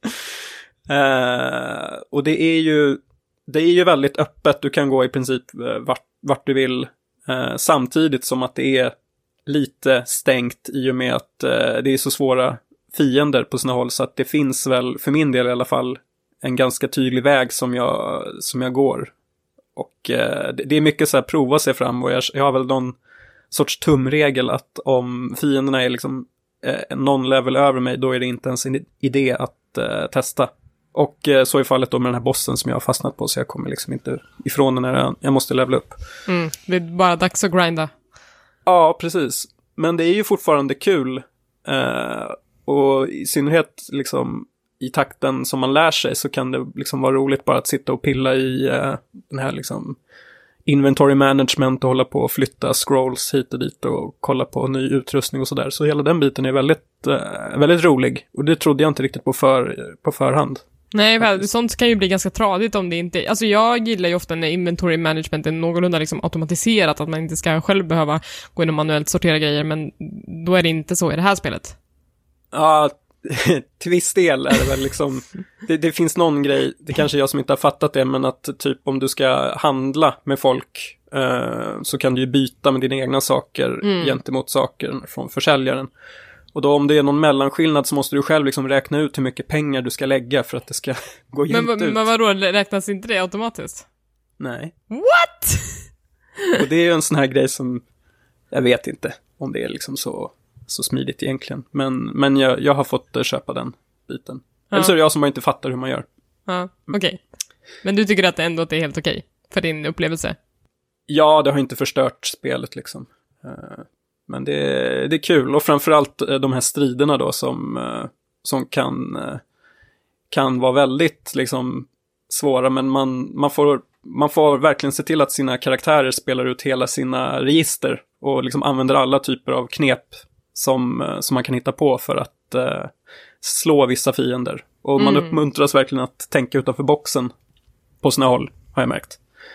Uh, och det är ju, det är ju väldigt öppet. Du kan gå i princip vart, vart du vill. Uh, samtidigt som att det är lite stängt i och med att uh, det är så svåra fiender på sina håll. Så att det finns väl, för min del i alla fall, en ganska tydlig väg som jag, som jag går. Och eh, det, det är mycket så här prova sig fram och jag, jag har väl någon sorts tumregel att om fienderna är liksom eh, någon level över mig, då är det inte ens en idé att eh, testa. Och eh, så är fallet då med den här bossen som jag har fastnat på, så jag kommer liksom inte ifrån den här, jag måste levela upp. Mm, det är bara dags att grinda. Ja, precis. Men det är ju fortfarande kul. Eh, och i synnerhet liksom i takten som man lär sig så kan det liksom vara roligt bara att sitta och pilla i uh, den här liksom inventory management och hålla på och flytta scrolls hit och dit och kolla på ny utrustning och sådär. Så hela den biten är väldigt, uh, väldigt rolig. Och det trodde jag inte riktigt på, för, på förhand. Nej, väl, sånt kan ju bli ganska tradigt om det inte... Alltså jag gillar ju ofta när inventory management är någorlunda liksom automatiserat, att man inte ska själv behöva gå in och manuellt sortera grejer, men då är det inte så i det här spelet. Ja, till viss del är det väl liksom, det, det finns någon grej, det kanske är jag som inte har fattat det, men att typ om du ska handla med folk eh, så kan du ju byta med dina egna saker mm. gentemot saker från försäljaren. Och då om det är någon mellanskillnad så måste du själv liksom räkna ut hur mycket pengar du ska lägga för att det ska gå jämnt men, ut. Men vadå, räknas inte det automatiskt? Nej. What? Och det är ju en sån här grej som, jag vet inte om det är liksom så... så smidigt egentligen. Men, men jag, jag har fått uh, köpa den biten. Ja. Eller så är det jag som bara inte fattar hur man gör. Ja, okej. Okay. Men du tycker att det ändå att det är helt okej okay för din upplevelse? Ja, det har inte förstört spelet liksom. Uh, men det, det är kul. Och framförallt uh, de här striderna då som, uh, som kan, uh, kan vara väldigt liksom svåra. Men man, man, får, man får verkligen se till att sina karaktärer spelar ut hela sina register. Och liksom använder alla typer av knep Som, som man kan hitta på för att uh, slå vissa fiender. Och man mm. uppmuntras verkligen att tänka utanför boxen på sina håll, har jag märkt.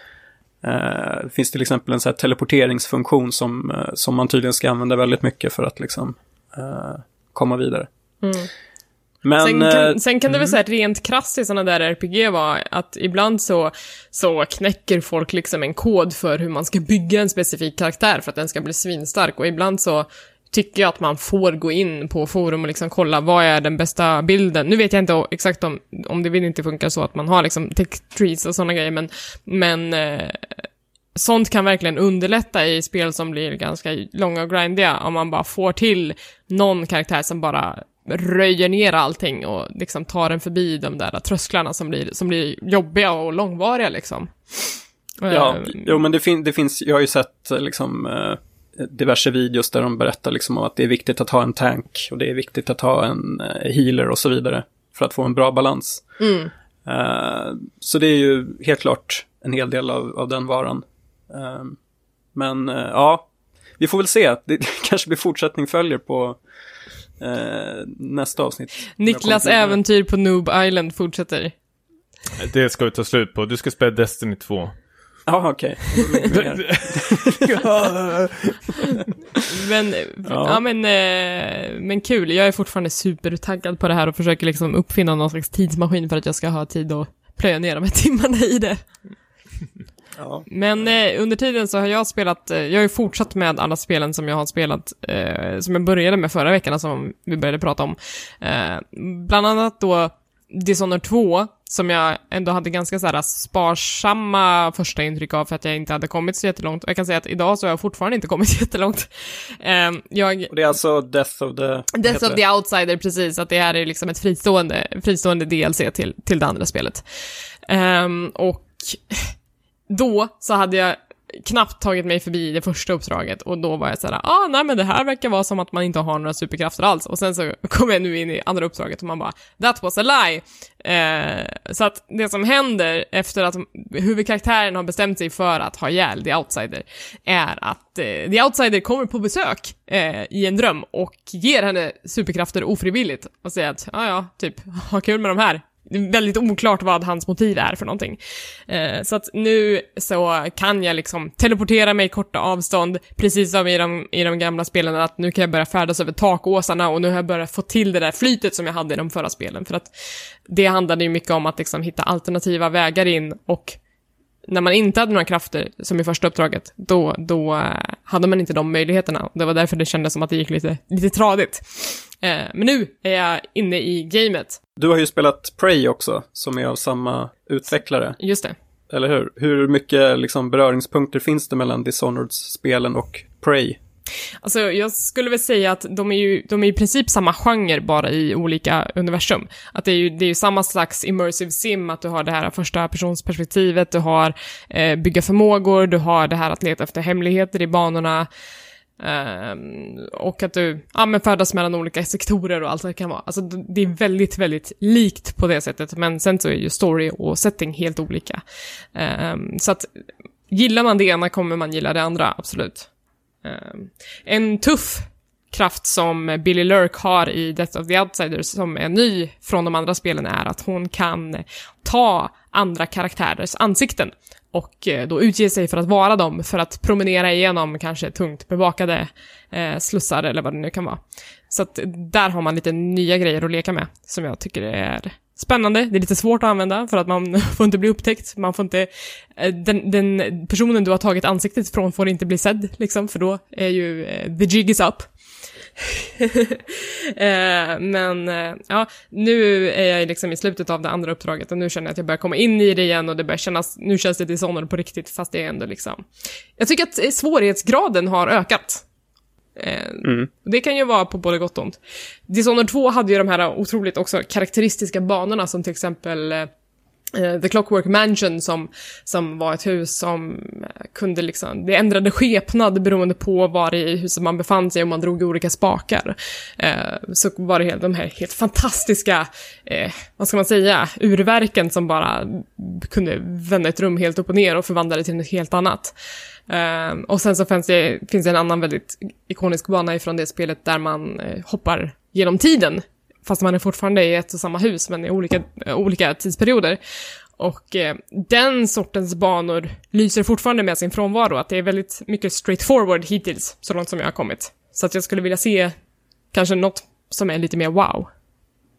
Uh, det finns till exempel en så här teleporteringsfunktion som, uh, som man tydligen ska använda väldigt mycket för att liksom uh, komma vidare. Mm. Men, sen kan, eh, sen kan det väl mm. säga rent krasst i sådana där R P G var att ibland så, så knäcker folk liksom en kod för hur man ska bygga en specifik karaktär för att den ska bli svinstark, och ibland så tycker jag att man får gå in på forum och liksom kolla vad är den bästa bilden. Nu vet jag inte exakt om, om det vill inte funka så att man har liksom tech trees och sådana grejer, men, men eh, sånt kan verkligen underlätta i spel som blir ganska långa och grindiga, om man bara får till någon karaktär som bara röjer ner allting och liksom tar en förbi de där trösklarna som blir, som blir jobbiga och långvariga liksom. Ja, uh, jo, men det, fin- det finns, jag har ju sett liksom uh, diverse videos där de berättar liksom om att det är viktigt att ha en tank och det är viktigt att ha en uh, healer och så vidare för att få en bra balans. Mm. Uh, så det är ju helt klart en hel del av, av den varan. Uh, men uh, ja, vi får väl se. Det kanske blir fortsättning följer på uh, nästa avsnitt. Niklas äventyr på Noob Island fortsätter. Det ska vi ta slut på. Du ska spela Destiny två. Ja, okej. men, ja. ja, men, eh, men kul. Jag är fortfarande supertaggad på det här och försöker liksom uppfinna någon slags tidsmaskin för att jag ska ha tid att plöja ner de här timmarna i det. Ja. Men eh, under tiden så har jag spelat, eh, jag har ju fortsatt med alla spelen som jag har spelat, eh, som jag började med förra veckan, som vi började prata om. Eh, bland annat då Dishonored två, som jag ändå hade ganska så här sparsamma första intryck av för att jag inte hade kommit så jättelångt. Och jag kan säga att idag så har jag fortfarande inte kommit jättelångt. Eh, jag... Och det är alltså Death of the... Death of the Outsider, precis. Att det här är liksom ett fristående, fristående D L C till, till det andra spelet. Eh, och då så hade jag knappt tagit mig förbi det första uppdraget, och då var jag såhär, ah nej men det här verkar vara som att man inte har några superkrafter alls, och sen så kom jag nu in i andra uppdraget och man bara, that was a lie. Eh, så att det som händer efter att huvudkaraktären har bestämt sig för att ha ihjäl The Outsider är att eh, The Outsider kommer på besök eh, i en dröm och ger henne superkrafter ofrivilligt och säger att, ja ja, typ, ha kul med de här. Det är väldigt oklart vad hans motiv är för någonting. Eh, så att nu så kan jag liksom teleportera mig korta avstånd, precis som i de, i de gamla spelen, att nu kan jag börja färdas över takåsarna, och nu har jag börjat få till det där flytet som jag hade i de förra spelen. För att det handlade ju mycket om att liksom hitta alternativa vägar in, och när man inte hade några krafter, som i första uppdraget, då, då hade man inte de möjligheterna. Det var därför det kändes som att det gick lite, lite tradigt. Eh, men nu är jag inne i gamet. Du har ju spelat Prey också, som är av samma utvecklare. Just det. Eller hur? Hur mycket liksom beröringspunkter finns det mellan Dishonored-spelen och Prey? Alltså jag skulle väl säga att de är ju de är i princip samma genre, bara i olika universum. Att det är ju, det är ju samma slags immersive sim, att du har det här första personsperspektivet, du har eh, bygga förmågor, du har det här att leta efter hemligheter i banorna. Um, och att du ja, men färdas mellan olika sektorer och allt det kan vara. Alltså det är väldigt, väldigt likt på det sättet, men sen så är ju story och setting helt olika. Um, så att gillar man det ena kommer man gilla det andra, absolut. Um, en tuff kraft som Billy Lurk har i Death of the Outsiders, som är ny från de andra spelen, är att hon kan ta andra karaktärers ansikten och då utge sig för att vara dem, för att promenera igenom kanske tungt bevakade eh, slussar eller vad det nu kan vara. Så att där har man lite nya grejer att leka med som jag tycker är spännande. Det är lite svårt att använda för att man får inte bli upptäckt. Man får inte, eh, den, den personen du har tagit ansiktet från får inte bli sedd, liksom, för då är ju eh, the jig is up. eh, men eh, ja, nu är jag liksom i slutet av det andra uppdraget och nu känner jag att jag börjar komma in i det igen och det börjar kännas, nu känns det Dishonored på riktigt, fast det är ändå liksom, jag tycker att svårighetsgraden har ökat. Eh, mm. Det kan ju vara på både gott och ont. Dishonored två hade ju de här otroligt också karaktäristiska banorna, som till exempel eh, The Clockwork Mansion, som, som var ett hus som kunde liksom, det ändrade skepnad beroende på var i huset man befann sig, om man drog olika spakar. Eh, så var det helt, de här helt fantastiska, eh, vad ska man säga, urverken som bara kunde vända ett rum helt upp och ner och förvandla det till något helt annat. Uh, och sen så finns det, finns det en annan väldigt ikonisk bana ifrån det spelet där man uh, hoppar genom tiden, fast man är fortfarande i ett och samma hus men i olika, uh, olika tidsperioder. Och uh, den sortens banor lyser fortfarande med sin frånvaro, att det är väldigt mycket straightforward hittills, så långt som jag har kommit. Så att jag skulle vilja se kanske något som är lite mer wow.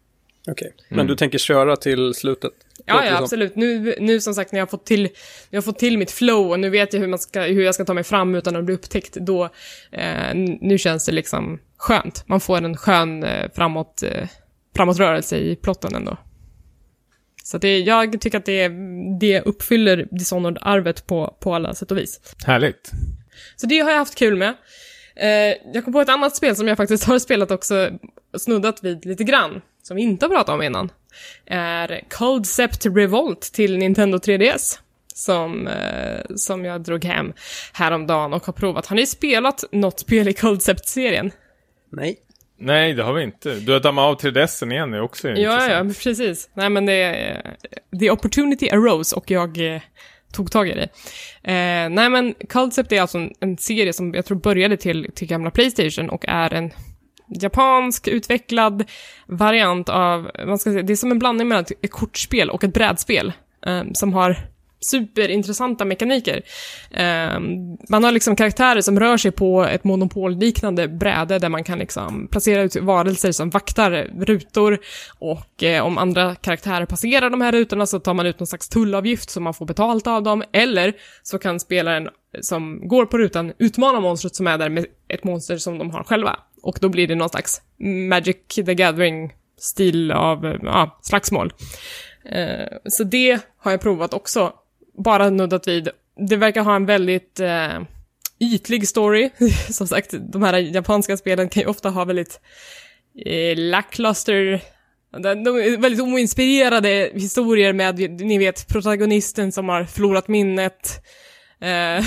Okej, okay. Men mm. du tänker köra till slutet? Ja, ja, absolut. Nu, nu som sagt, när jag har fått till, jag har fått till mitt flow och nu vet jag hur, man ska, hur jag ska ta mig fram utan att bli upptäckt, då eh, nu känns det liksom skönt. Man får en skön eh, framåt, eh, framåtrörelse i plotten ändå. Så det, jag tycker att det, det uppfyller Dishonored-arvet på, på alla sätt och vis. Härligt. Så det har jag haft kul med. Eh, jag kom på ett annat spel som jag faktiskt har spelat också, snuddat vid lite grann, som vi inte har pratat om innan. Är Concept Revolt till Nintendo tre D S. Som, eh, som jag drog hem häromdagen och har provat. Har ni spelat något spel i Concept-serien? Nej. Nej, det har vi inte. Du har dammat av tre D S-en igen, det är också intressant. Ja, ja, precis. Nej, men det the opportunity arose och jag eh, tog tag i det. Eh, nej, men Concept är alltså en, en serie som jag tror började till, till gamla PlayStation och är en japansk utvecklad variant av, man ska säga, det är som en blandning mellan ett kortspel och ett brädspel eh, som har superintressanta mekaniker. Eh, man har liksom karaktärer som rör sig på ett monopolliknande bräde där man kan liksom placera ut varelser som vaktar rutor och eh, om andra karaktärer passerar de här rutorna så tar man ut någon slags tullavgift som man får betalt av dem, eller så kan spelaren som går på rutan utmana monstret som är där med ett monster som de har själva. Och då blir det någon slags Magic the Gathering-stil av ja, slagsmål. Eh, så det har jag provat också. Bara nuddat vid. Det verkar ha en väldigt eh, ytlig story. Som sagt, de här japanska spelen kan ju ofta ha väldigt eh, lackluster... De, de är väldigt oinspirerade historier med, ni vet, protagonisten som har förlorat minnet. Uh.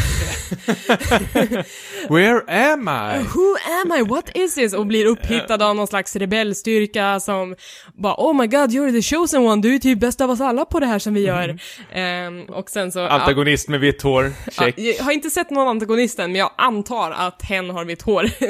Where am I? Who am I? What is this? Och blir upphittad av någon slags rebellstyrka som bara, oh my god, you're the chosen one. Du är typ bäst av oss alla på det här som vi gör. Mm. Um, och sen så... Antagonist ja, med vitt hår. Check. Ja, jag har inte sett någon antagonisten, men jag antar att hen har vitt hår. uh,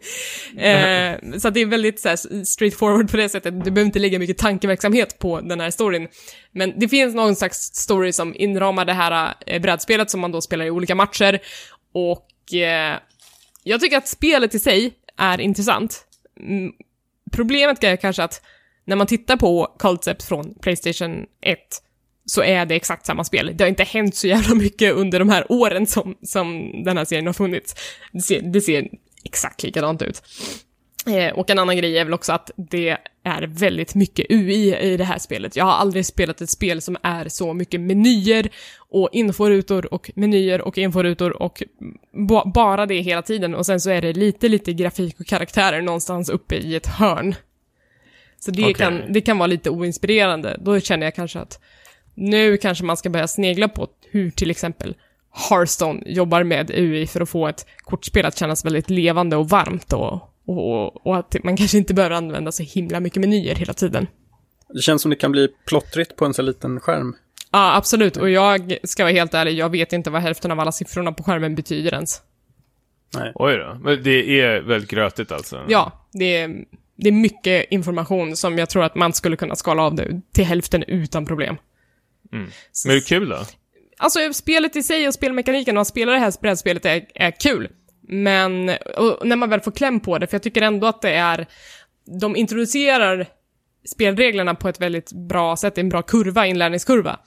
så det är väldigt så här, straightforward på det sättet. Du behöver inte lägga mycket tankeverksamhet på den här storyn. Men det finns någon slags story som inramar det här eh, brädspelet som man då spelar i olika matcher. Och eh, jag tycker att spelet i sig är intressant. Mm, problemet är kanske att när man tittar på Concept från PlayStation ett så är det exakt samma spel. Det har inte hänt så jävla mycket under de här åren som, som den här serien har funnits. Det ser, det ser exakt likadant ut. Eh, och en annan grej är väl också att det är väldigt mycket U I i det här spelet. Jag har aldrig spelat ett spel som är så mycket menyer och inforutor och menyer och inforutor och b- bara det hela tiden. Och sen så är det lite, lite grafik och karaktärer någonstans uppe i ett hörn. Så det, okay. kan, det kan vara lite oinspirerande. Då känner jag kanske att nu kanske man ska börja snegla på hur till exempel Hearthstone jobbar med U I för att få ett kortspel att kännas väldigt levande och varmt och Och, och att man kanske inte behöver använda så himla mycket menyer hela tiden. Det känns som det kan bli plottrigt på en så liten skärm. Ja, absolut. Och jag ska vara helt ärlig, jag vet inte vad hälften av alla siffrorna på skärmen betyder ens. Nej. Oj då, men det är väldigt grötigt alltså. Ja, det är, det är mycket information som jag tror att man skulle kunna skala av det till hälften utan problem. Mm. Men är det kul då? Alltså, spelet i sig och spelmekaniken och att spela det här brädspelet är, är kul. Men och när man väl får kläm på det, för jag tycker ändå att det är, de introducerar spelreglerna på ett väldigt bra sätt, en bra kurva, inlärningskurva.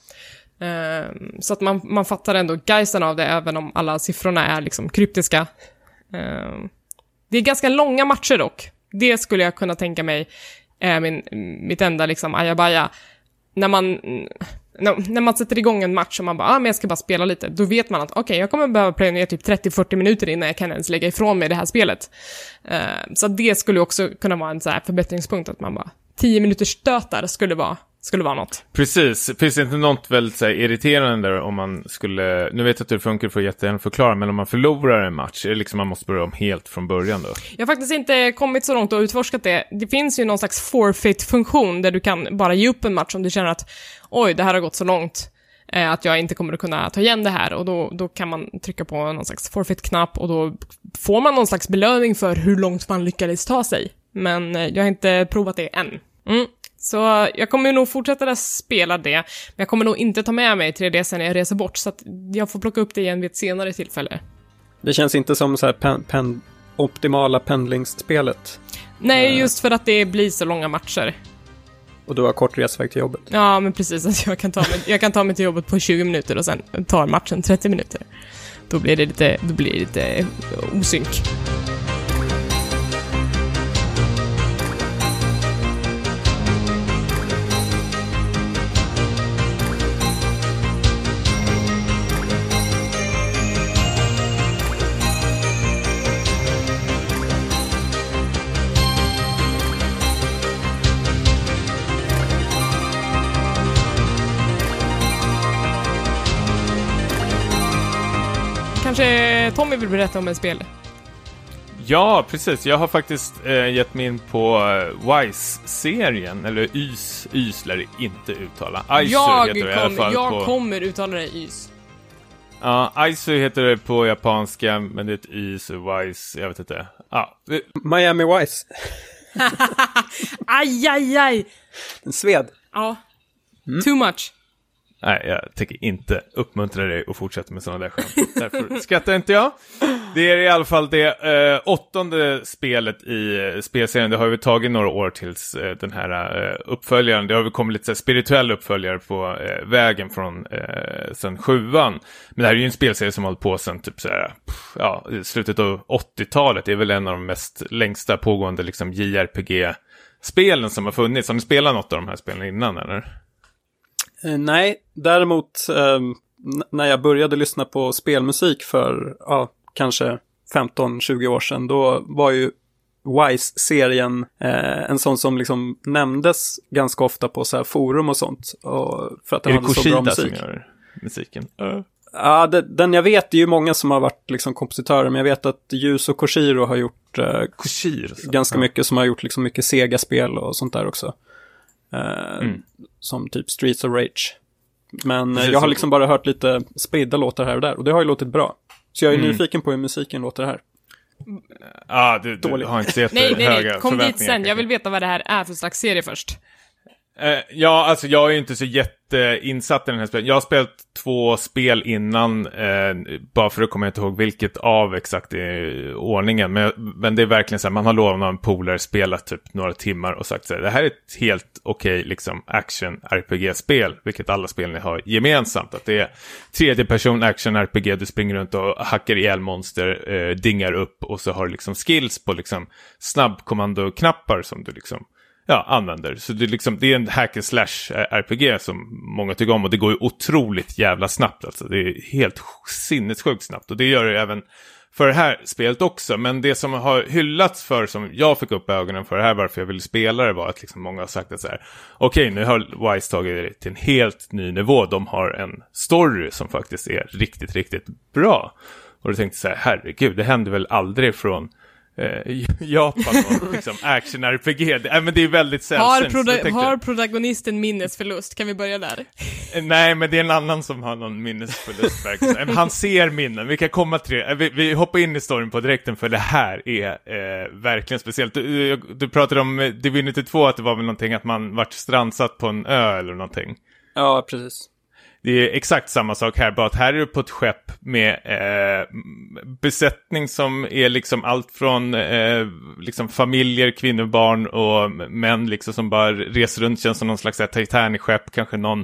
Uh, så att man, man fattar ändå geisten av det, även om alla siffrorna är liksom kryptiska. Uh, det är ganska långa matcher dock. Det skulle jag kunna tänka mig är min, mitt enda liksom ajabaja. När man... När, när man sätter igång en match och man bara, ah, men jag ska bara spela lite, då vet man att okej, okay, jag kommer behöva plöja ner typ trettio till fyrtio minuter innan jag kan ens lägga ifrån mig det här spelet. Uh, så det skulle också kunna vara en så här förbättringspunkt, att man bara, tio minuters stötar skulle vara, skulle vara något. Precis, finns det inte något väldigt så här irriterande där om man skulle, nu vet jag att det funkar för att jättegärna förklara, men om man förlorar en match, är det liksom man måste börja om helt från början då? Jag har faktiskt inte kommit så långt och utforskat det. Det finns ju någon slags forfeit-funktion där du kan bara ge upp en match om du känner att oj, det här har gått så långt eh, att jag inte kommer att kunna ta igen det här, och då, då kan man trycka på någon slags forfeit-knapp och då får man någon slags belöning för hur långt man lyckades ta sig. Men eh, jag har inte provat det än. Mm. Så jag kommer nog fortsätta spela det, men jag kommer nog inte ta med mig tre D S när jag reser bort, så att jag får plocka upp det igen vid ett senare tillfälle. Det känns inte som så här pen, pen, optimala pendlingsspelet. Nej, just för att det blir så långa matcher. och du har kort resväg till jobbet. Ja, men precis. Alltså jag, kan ta mig, jag kan ta mig till jobbet på tjugo minuter och sen tar matchen trettio minuter. Då blir det lite, då blir det lite osynk. Kanske Tommy vill berätta om ett spel? Ja, precis. Jag har faktiskt eh, gett mig in på eh, Wise-serien, eller Ys, Ys lär det inte uttala. Aizu jag heter det kom, i alla fall jag på... kommer uttala det Ys. Ja, Aizu heter det på japanska, men det är ett Ys och Wise, jag vet inte. Ja, det... Miami Wise. Aj, aj, aj! En sved. Ja, mm. Too much. Nej, jag tänker inte uppmuntra dig att fortsätta med sådana där skämt. Därför skrattar inte jag. Det är i alla fall det eh, åttonde spelet i eh, spelserien. Det har ju tagit några år tills eh, den här eh, uppföljaren. Det har väl kommit lite så här, spirituell uppföljare på eh, vägen från eh, sen sjuan. Men det här är ju en spelserie som har hållit på sen typ så här, pff, ja, slutet av åttiotalet. Det är väl en av de mest längsta pågående liksom J R P G-spelen som har funnits. Har ni spelat något av de här spelen innan, eller? Eh, nej, däremot eh, n- när jag började lyssna på spelmusik för ja, kanske femton tjugo år sedan, då var ju Wise-serien eh, en sån som liksom nämndes ganska ofta på så här forum och sånt. Och för att den är det hade så bra musik. Som gör musiken? Uh. Ja, det, den jag vet, det är ju många som har varit liksom kompositörer, men jag vet att Yuzo Koshiro har gjort eh, Koshiro, ganska ja. mycket, som har gjort liksom mycket Sega-spel och sånt där också. Eh, mm. Som typ Streets of Rage. Men Precis jag har liksom så. bara hört lite spridda låtar här och där, och det har ju låtit bra. Så jag är mm. nyfiken på hur musiken låter här. Ja, ah, du, du har inte sett nej, nej, höga nej, kom dit sen. Jag vill veta vad det här är för slags serie först. Uh, ja, alltså jag är inte så jätteinsatt i den här spelen. Jag har spelat två spel innan, uh, bara för att komma inte ihåg vilket av exakt i ordningen. Men, men det är verkligen så här, man har lovat en polare spelat typ några timmar och sagt så här, det här är ett helt okej okay, liksom action-R P G-spel, vilket alla spelen har gemensamt. Att det är tredje person action-R P G, du springer runt och hackar ihjäl monster, uh, dingar upp, och så har du liksom skills på liksom snabbkommandoknappar som du liksom ja, använder. Så det är, liksom, det är en hack and slash R P G som många tycker om, och det går ju otroligt jävla snabbt. Alltså. Det är helt sinnessjukt snabbt, och det gör det även för det här spelet också. Men det som har hyllats för, som jag fick upp ögonen för det här, varför jag ville spela det, var att liksom många har sagt att så här, okej, okay, nu har Wise tagit det till en helt ny nivå. De har en story som faktiskt är riktigt, riktigt bra. Och då tänkte jag så här, herregud, det händer väl aldrig från Eh, Japan och liksom action R P G. Det, äh, men det är väldigt sällsynt. Har, proda- har protagonisten minnesförlust? Kan vi börja där? Eh, nej, men det är en annan som har någon minnesförlust. eh, Han ser minnen. Vi kan komma till det. Eh, vi, vi hoppar in i storyn på direkten, för det här är eh, verkligen speciellt. Du, du pratade om Divinity två, att det var väl någonting att man vart strandsatt på en ö eller någonting. Ja, precis. Det är exakt samma sak här, bara att här är du på ett skepp med eh, besättning som är liksom allt från eh, liksom familjer, kvinnor, barn och män liksom som bara reser runt, känns som någon slags Titanic-skepp, kanske någon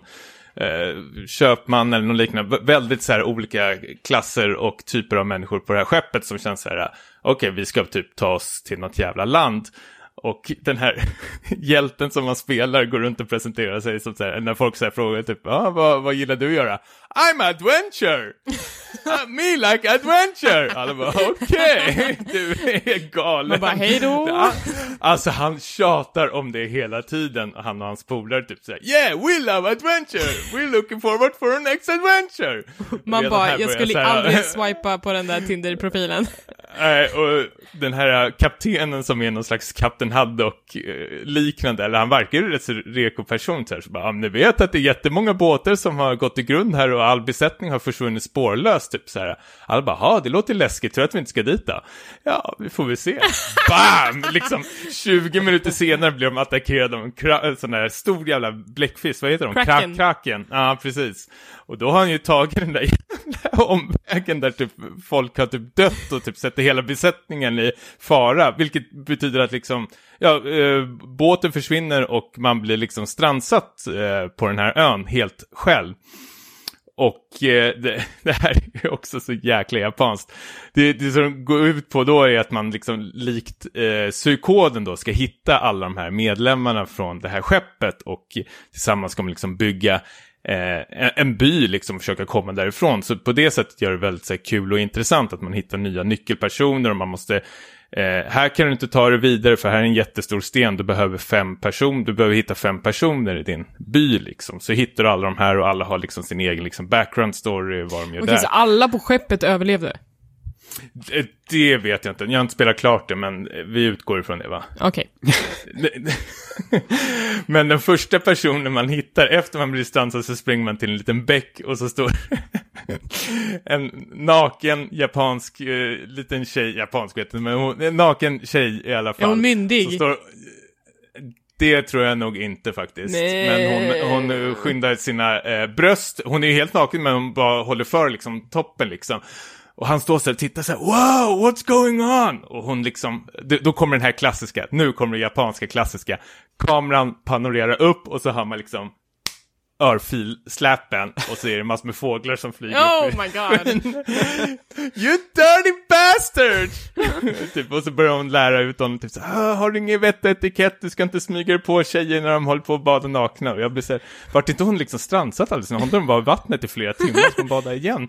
eh, köpman eller någon liknande. V- väldigt så här olika klasser och typer av människor på det här skeppet som känns så här, okej, okay, vi ska typ ta oss till något jävla land. Och den här hjälten som man spelar går runt och presenterar sig som så här, när folk så här frågar typ, ah, vad, vad gillar du att göra? I'm adventure! uh, me like adventure! Alla bara, okej, okay, du är galen. Man bara, hej då! Alltså han tjatar om det hela tiden, han och hans polare typ såhär, yeah, we love adventure! We're looking forward for our next adventure! Man bara, jag skulle här, aldrig swipa på den där Tinder-profilen. Nej, uh, och den här kaptenen som är någon slags Captain Haddock uh, liknande, eller han verkar ju rätt så reko person så här, så bara, ni vet att det är jättemånga båtar som har gått i grund här och all besättning har försvunnit spårlöst typ så här. Alla bara, ja, det låter läskigt, tror att vi inte ska dit då? Ja, vi får väl se. Bam! Liksom tjugo minuter senare blir de attackerade av en kra- sån där stor jävla bläckfisk, vad heter de? Kraken. Kraken. Ja, precis. Och då har han ju tagit den där omvägen där typ folk har typ dött och typ sätter hela besättningen i fara. Vilket betyder att liksom, ja, eh, båten försvinner och man blir liksom strandsatt eh, på den här ön helt själv. Och eh, det, det här är också så jäkla japanskt. Det, det som går ut på då är att man liksom likt eh, psykoden då ska hitta alla de här medlemmarna från det här skeppet och tillsammans ska man liksom bygga eh, en by, liksom försöka komma därifrån. Så på det sättet gör det väldigt så här, kul och intressant att man hittar nya nyckelpersoner och man måste Eh, här kan du inte ta det vidare för här är en jättestor sten, du behöver fem personer, du behöver hitta fem personer i din by liksom. Så hittar du alla de här och alla har liksom sin egen liksom background story, vad de gör Okej, där. så alla på skeppet överlevde? Det, det vet jag inte, jag har inte spelat klart det, men vi utgår ifrån det, va? Okej. Men den första personen man hittar efter man blir stansad så springer man till en liten bäck och så står en naken japansk uh, liten tjej, japansk vet jag, men hon, en naken tjej i alla fall. Är hon myndig? Så står, det tror jag nog inte faktiskt. Nej. Men hon, hon skyndar sina eh, bröst. Hon är ju helt naken men hon bara håller för liksom toppen liksom. Och han står så och tittar så här, wow, what's going on? Och hon liksom, då kommer den här klassiska, nu kommer det japanska klassiska. Kameran panorerar upp och så har man liksom örfil-släppen och så är det massor med fåglar som flyger Oh upp. my god. You dirty bastard! Typ, och så börjar hon lära ut honom typ så här, har du ingen vett etikett, du ska inte smyga dig på tjejer när de håller på att bada nakna. Och jag blir så här, vart inte hon liksom strandsatt alldeles? Hon håller bara i vattnet i flera timmar så hon bada igen.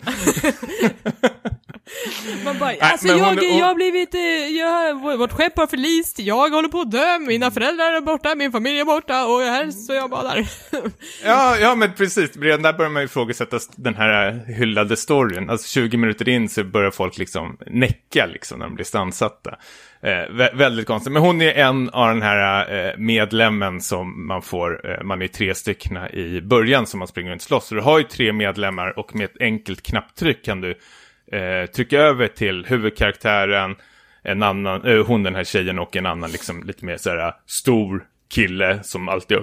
Man bara, Nej, alltså men jag, hon- hon- jag har blivit, eh, jag, vårt skepp har förlist, jag håller på att dö, mina föräldrar är borta, min familj är borta och här så jag bara där. Ja, ja, men precis. Redan där börjar man ju ifrågasätta den här hyllade storyn. Alltså tjugo minuter in så börjar folk liksom näcka liksom när de blir stansatta. Eh, vä- väldigt konstigt. Men hon är en av den här eh, medlemmen som man får, eh, man är tre stycken i början som man springer runt slåss. Så du har ju tre medlemmar och med ett enkelt knapptryck kan du eh, trycka över till huvudkaraktären, en annan, eh, hon den här tjejen och en annan liksom lite mer så här stor kille som alltid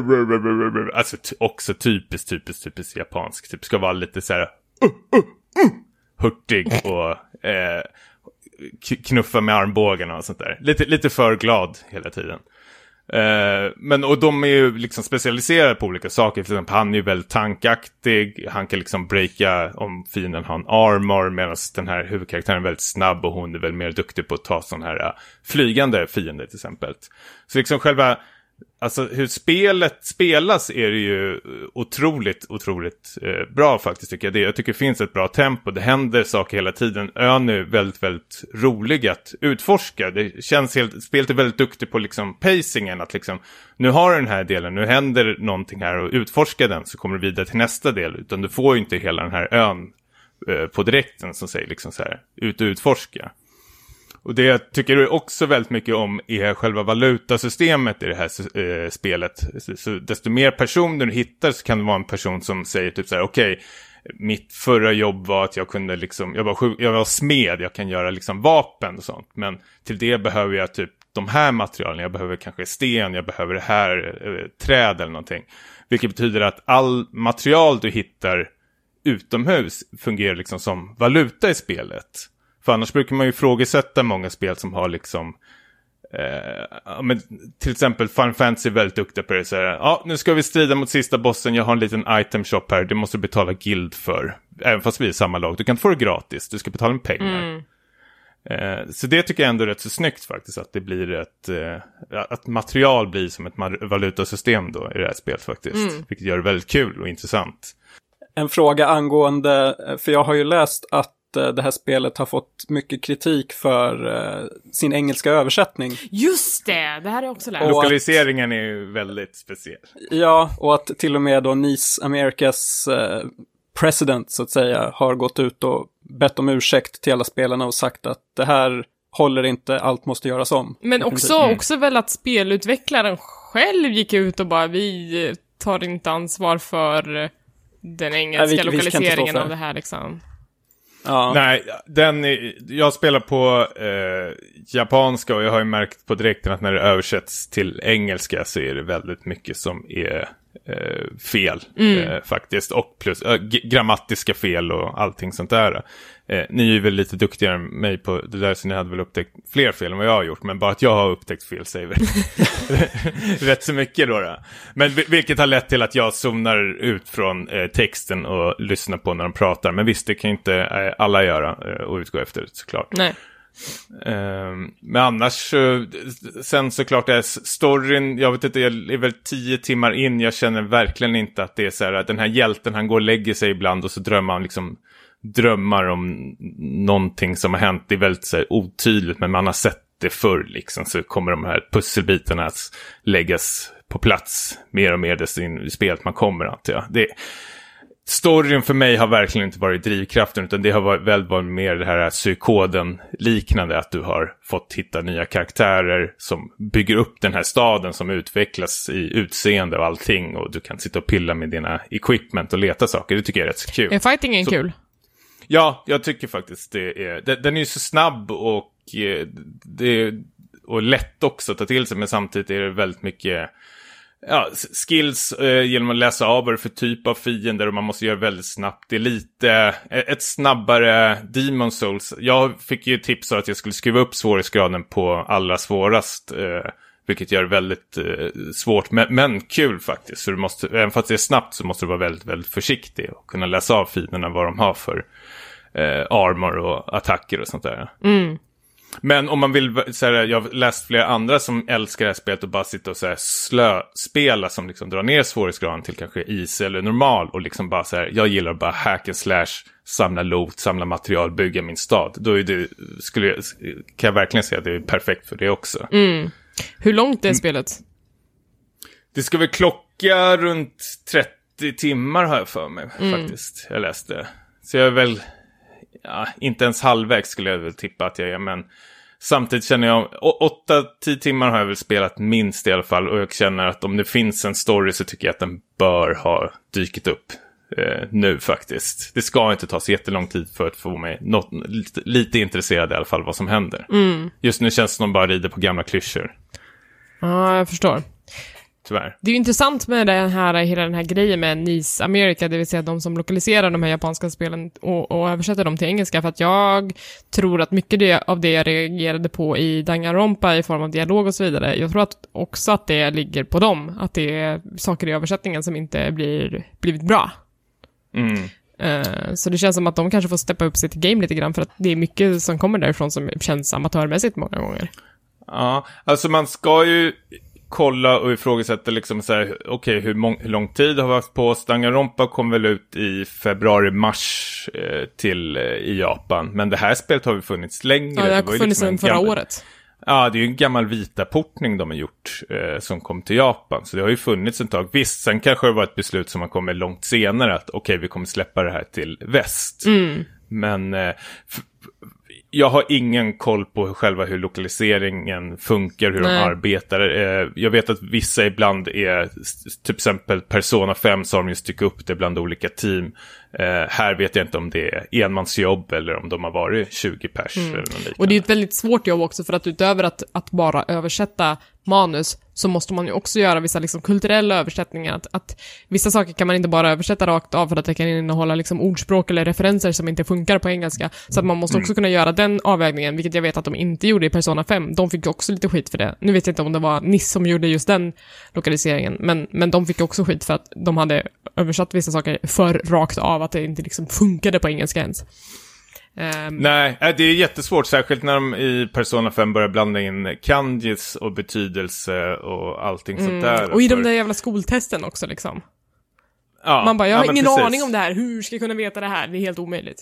alltså t- också typiskt typiskt typiskt japansk, typ ska vara lite så här uh, uh, uh, hurtig och eh, k- knuffa med armbågarna och sånt där, lite lite för glad hela tiden. Eh, men och de är ju liksom specialiserade på olika saker. Till exempel han är ju väldigt tankaktig. Han kan liksom breaka om fienden har en armor, medan den här huvudkaraktären är väldigt snabb och hon är väl mer duktig på att ta sån här uh, flygande fiender till exempel. Så liksom själva, alltså hur spelet spelas är det ju otroligt, otroligt eh, bra faktiskt tycker jag. Det, jag tycker det finns ett bra tempo, det händer saker hela tiden. Ön är väldigt, väldigt rolig att utforska. Det känns helt, spelet är väldigt duktigt på liksom pacingen, att liksom, nu har du den här delen, nu händer någonting här och utforska den så kommer du vidare till nästa del. Utan du får ju inte hela den här ön eh, på direkten som säger liksom så här, ut och utforska. Och det jag tycker också väldigt mycket om är själva valutasystemet i det här eh, spelet. Så, så desto mer personer du hittar så kan det vara en person som säger typ så här: okej, okay, mitt förra jobb var att jag kunde liksom, jag var, sjuk, jag var smed, jag kan göra liksom vapen och sånt. Men till det behöver jag typ de här materialen, jag behöver kanske sten, jag behöver det här eh, träd eller någonting. Vilket betyder att all material du hittar utomhus fungerar liksom som valuta i spelet. För annars brukar man ju ifrågasätta många spel som har liksom eh, men till exempel Final Fantasy är väldigt duktiga på det. Så här, ja, nu ska vi strida mot sista bossen, jag har en liten item shop här, det måste du betala guild för. Även fast vi är samma lag, du kan inte få det gratis, du ska betala en pengar. Mm. Eh, så det tycker jag ändå är rätt så snyggt faktiskt, att det blir ett eh, att material blir som ett valutasystem då i det här spelet faktiskt. Mm. Vilket gör det väldigt kul och intressant. En fråga angående, för jag har ju läst att det här spelet har fått mycket kritik för uh, sin engelska översättning. Just det, det här är också lärt. Lokaliseringen är ju väldigt speciell. Ja, och att till och med då Nice Americas uh, president så att säga har gått ut och bett om ursäkt till alla spelarna och sagt att det här håller inte, allt måste göras om. Men också, mm. också väl att spelutvecklaren själv gick ut och bara, vi tar inte ansvar för den engelska ja, vi, lokaliseringen vi av det här liksom. Ja. Nej, den är, jag spelar på eh, japanska och jag har ju märkt på direkten att när det översätts till engelska så är det väldigt mycket som är eh, fel Mm. eh, faktiskt. Och plus äh, g- grammatiska fel och allting sånt där. Eh, ni är ju väl lite duktigare än mig på det där, så ni hade väl upptäckt fler fel än vad jag har gjort. Men bara att jag har upptäckt fel säger väl rätt så mycket då, då. Men vil- vilket har lett till att jag zonar ut från eh, texten och lyssnar på när de pratar. Men visst, det kan inte eh, alla göra eh, och utgå efter det, såklart. Nej. Um, men annars uh, sen såklart är storyn, jag vet inte, jag är väl tio timmar in, jag känner verkligen inte att det är så här att den här hjälten, han går och lägger sig ibland och så drömmer han liksom drömmar om någonting som har hänt. Det är väldigt så här otydligt, men man har sett det förr liksom, så kommer de här pusselbitarna att läggas på plats mer och mer desto in i spelet man kommer, antar jag. Det Storyn för mig har verkligen inte varit drivkraften, utan det har varit, väl varit mer det här psykoden liknande, att du har fått hitta nya karaktärer som bygger upp den här staden som utvecklas i utseende och allting, och du kan sitta och pilla med dina equipment och leta saker. Det tycker jag är rätt så kul. Är fightingen så, kul? Ja, jag tycker faktiskt det är. Den, den är ju så snabb och, det, och lätt också att ta till sig, men samtidigt är det väldigt mycket... Ja, skills eh, genom att läsa av vad det för typ av fiender, och man måste göra väldigt snabbt. Det är lite eh, ett snabbare Demon Souls. Jag fick ju tips om att jag skulle skriva upp svårighetsgraden på allra svårast, eh, vilket gör det väldigt eh, svårt, men, men kul faktiskt. Så du måste, även fast det är snabbt så måste du vara väldigt, väldigt försiktig och kunna läsa av fienderna vad de har för eh, armor och attacker och sånt där. Mm. Men om man vill, så här, jag har läst flera andra som älskar det här spelet och bara sitta och så här slö-spela, som liksom drar ner svårighetsgraden till kanske easy eller normal, och liksom bara så här, jag gillar bara hack and slash, samla loot, samla material, bygga min stad. Då är det, skulle jag, kan jag verkligen säga att det är perfekt för det också. Mm. Hur långt är spelet? Det ska väl klocka runt trettio timmar har jag för mig, mm. faktiskt. Jag läste. Så jag är väl... Ja, inte ens halvvägs skulle jag väl tippa att jag är, men samtidigt känner jag, åtta till tio timmar har jag väl spelat minst i alla fall, och jag känner att om det finns en story så tycker jag att den bör ha dykt upp eh, nu faktiskt. Det ska inte ta så jättelång tid för att få mig något, lite, lite intresserad i alla fall vad som händer. Mm. Just nu känns det som de bara rider på gamla klyschor. Ja, jag förstår. Tyvärr. Det är ju intressant med den här, hela den här grejen med Nice America, det vill säga de som lokaliserar de här japanska spelen och, och översätter dem till engelska, för att jag tror att mycket det, av det jag reagerade på i Danganronpa i form av dialog och så vidare, jag tror att också att det ligger på dem, att det är saker i översättningen som inte blir blivit bra. Mm. Uh, så det känns som att de kanske får steppa upp sitt game lite grann, för att det är mycket som kommer därifrån som känns amatörmässigt många gånger. Ja, alltså man ska ju kolla och ifrågasätta liksom så här, okej, okay, hur, mång- hur lång tid har vi haft på oss? Danganronpa kom väl ut i februari-mars eh, till eh, i Japan, men det här spelet har ju funnits längre. Ja, det har det funnits liksom sedan förra gammal... året. Ja, det är ju en gammal vita portning de har gjort eh, som kom till Japan, så det har ju funnits en tag. Visst, sen kanske det var ett beslut som har kommit långt senare att okej, okay, vi kommer släppa det här till väst. Mm. Men eh, f- jag har ingen koll på hur själva hur lokaliseringen funkar, hur Nej. de arbetar. Eh, jag vet att vissa ibland är, typ exempel Persona fem, så har de ju styckt upp det bland olika team. Eh, här vet jag inte om det är enmansjobb eller om de har varit tjugo pers Mm. eller något liknande. Och det är ett väldigt svårt jobb också, för att utöver att, att bara översätta manus så måste man ju också göra vissa liksom kulturella översättningar. Att, att vissa saker kan man inte bara översätta rakt av för att det kan innehålla liksom ordspråk eller referenser som inte funkar på engelska. Så att man måste också mm. kunna göra den avvägningen, vilket jag vet att de inte gjorde i Persona fem. De fick ju också lite skit för det. Nu vet jag inte om det var Niss som gjorde just den lokaliseringen, men, men de fick också skit för att de hade översatt vissa saker för rakt av, att det inte liksom funkade på engelska ens. Um, Nej, det är jättesvårt, särskilt när de i Persona fem börjar blanda in kanjis och betydelse och allting mm, sånt där. Och i för... de där jävla skoltesten också liksom. Ja, man bara, jag har ja, ingen precis. aning om det här, hur ska jag kunna veta det här? Det är helt omöjligt.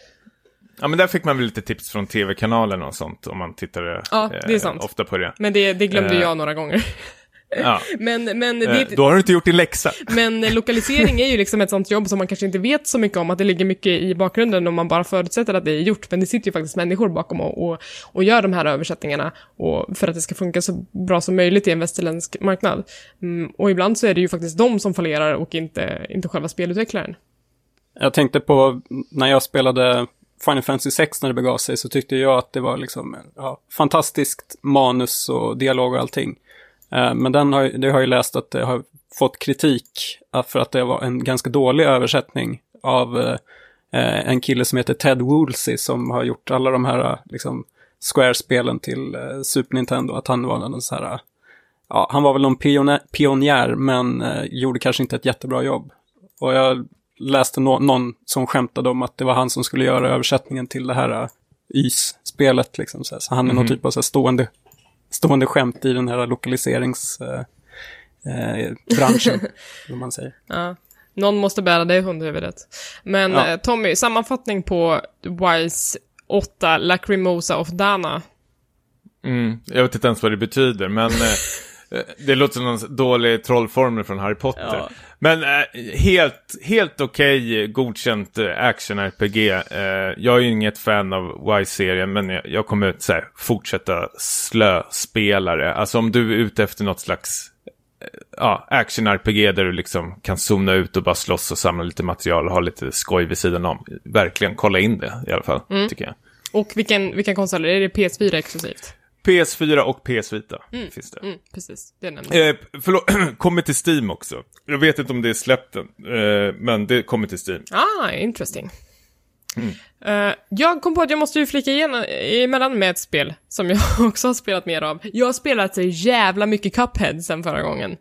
Ja, men där fick man väl lite tips från tv-kanalen och sånt, om man tittade ja, det är sant. Eh, ofta på det. Men det, det glömde eh, jag några gånger. Ja. men, men, eh, det, då har du inte gjort din läxa. Men lokalisering är ju liksom ett sånt jobb som man kanske inte vet så mycket om, att det ligger mycket i bakgrunden om man bara förutsätter att det är gjort, men det sitter ju faktiskt människor bakom och, och, och gör de här översättningarna och för att det ska funka så bra som möjligt i en västerländsk marknad. Mm, och ibland så är det ju faktiskt de som fallerar och inte, inte själva spelutvecklaren. Jag tänkte på när jag spelade Final Fantasy sex när det begav sig, så tyckte jag att det var liksom ja, fantastiskt manus och dialog och allting. Men den har, det har ju läst att det har fått kritik för att det var en ganska dålig översättning av eh, en kille som heter Ted Woolsey som har gjort alla de här liksom, Square-spelen till eh, Super Nintendo. Att han var någon så här, ja, han var väl någon pionjär, pionjär men eh, gjorde kanske inte ett jättebra jobb. Och jag läste no- någon som skämtade om att det var han som skulle göra översättningen till det här uh, Y S-spelet. Liksom, så, så han är mm-hmm. någon typ av så här, stående, stående skämt i den här lokaliseringsbranschen, uh, uh, som man säger. Ja. Någon måste bära dig hundhuvudet. Men ja. uh, Tommy, sammanfattning på Wise åtta, Lacrimosa of Dana. Mm, jag vet inte ens vad det betyder, men... Det låter som någon dålig trollformel från Harry Potter. Ja. Men eh, helt, helt okej okay, godkänt eh, action-R P G. Eh, jag är ju inget fan av Wise-serien, men jag, jag kommer att här, fortsätta slö-spelare. Alltså om du är ute efter något slags eh, ja, action-R P G där du liksom kan zooma ut och bara slåss och samla lite material och ha lite skoj vid sidan om. Verkligen kolla in det i alla fall, mm. tycker jag. Och vilken, vilken konsol? Är det P S fyra exklusivt? P S fyra och P S Vita mm, finns det. Mm, precis, det är eh, förlåt, kommer till Steam också. Jag vet inte om det är släppt än, eh, men det kommer till Steam. Ah, interesting. Mm. Uh, jag kom på att jag måste ju flika igen emellan med ett spel som jag också har spelat mer av. Jag har spelat så jävla mycket Cuphead sen förra gången.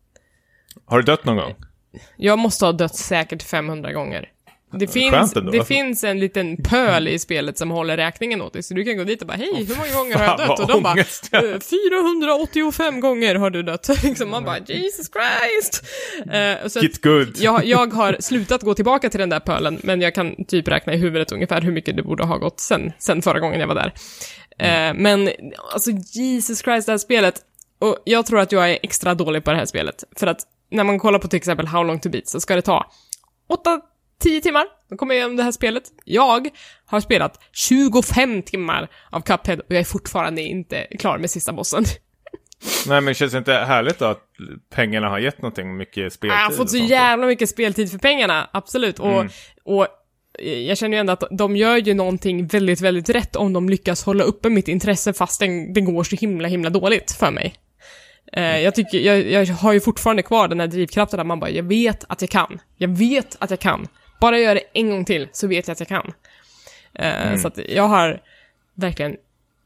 Har du dött någon gång? Jag måste ha dött säkert femhundra gånger. Det, finns, det finns en liten pöl i spelet som håller räkningen åt dig. Så du kan gå dit och bara, hej, hur många gånger har jag dött? Och de bara, fyrahundraåttiofem gånger har du dött. Liksom man bara, Jesus Christ! Uh, så Get good! jag, jag har slutat gå tillbaka till den där pölen, men jag kan typ räkna i huvudet ungefär hur mycket det borde ha gått sen, sen förra gången jag var där. Uh, men, alltså, Jesus Christ, det här spelet. Och jag tror att jag är extra dålig på det här spelet. För att när man kollar på till exempel How Long to Beat så ska det ta åtta tio timmar, då kommer jag igenom det här spelet. Jag har spelat tjugofem timmar av Cuphead och jag är fortfarande inte klar med sista bossen. Nej, men känns det inte härligt då att pengarna har gett någonting, mycket speltid? Jag har fått så jävla mycket speltid för pengarna, absolut. Och, mm. och jag känner ju ändå att de gör ju någonting väldigt, väldigt rätt om de lyckas hålla uppe mitt intresse fast det, det går så himla, himla dåligt för mig. Uh, jag, tycker, jag, jag har ju fortfarande kvar den här drivkraften där man bara, jag vet att jag kan. Jag vet att jag kan. Bara göra det en gång till så vet jag att jag kan. Uh, mm. Så att jag har verkligen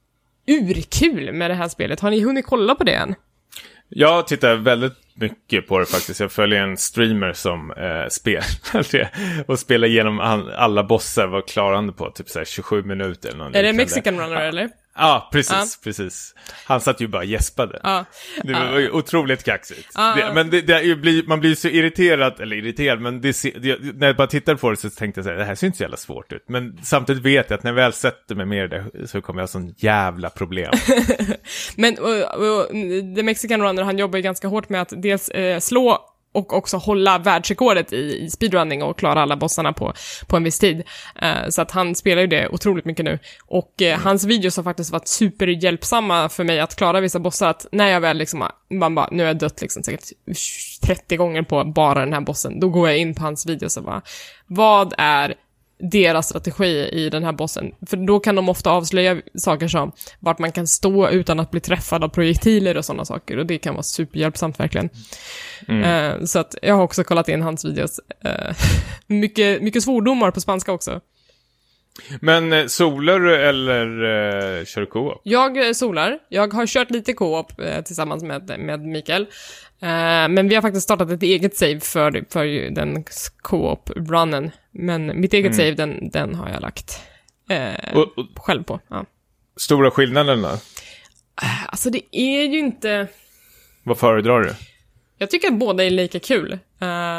urkul med det här spelet. Har ni hunnit kolla på det än? Jag tittar väldigt mycket på det faktiskt. Jag följer en streamer som eh, spelar det. Och spelar igenom all, alla bossar, var klarande på typ så här tjugosju minuter. Eller någon är det Mexican Runner eller? Ja, precis, ah. precis. Han satt ju bara gäspade. Ah. Det var ah. ju otroligt kaxigt. Ah. Det, men det, det blir, man blir så irriterad, eller irriterad, men det, det, när jag bara tittar på det så tänkte jag så här, det här ser inte så jävla svårt ut. Men samtidigt vet jag att när jag väl sätter mig med det så kommer jag ha sån jävla problem. Men och, och, The Mexican Runner, han jobbar ju ganska hårt med att dels eh, slå och också hålla världsrekordet i, i speedrunning och klara alla bossarna på, på en viss tid. Uh, så att han spelar ju det otroligt mycket nu. Och uh, mm. hans videos har faktiskt varit superhjälpsamma för mig att klara vissa bossar. Att när jag väl liksom, man bara, nu har jag dött liksom säkert trettio gånger på bara den här bossen. Då går jag in på hans videos och bara, vad är deras strategi i den här bossen? För då kan de ofta avslöja saker som vart man kan stå utan att bli träffad av projektiler och sådana saker, och det kan vara superhjälpsamt verkligen. Mm. Uh, så att jag har också kollat in hans videos. Uh, mycket, mycket svordomar på spanska också. Men eh, solar du eller eh, kör du co-op? Jag solar. Jag har kört lite co-op eh, tillsammans med, med Mikael. Uh, men vi har faktiskt startat ett eget save för, för den co-op-runnen. Men mitt eget mm. save, den, den har jag lagt uh, och, och, själv på. Ja. Stora skillnaderna? Uh, alltså det är ju inte... Vad föredrar du? Jag tycker att båda är lika kul. Uh,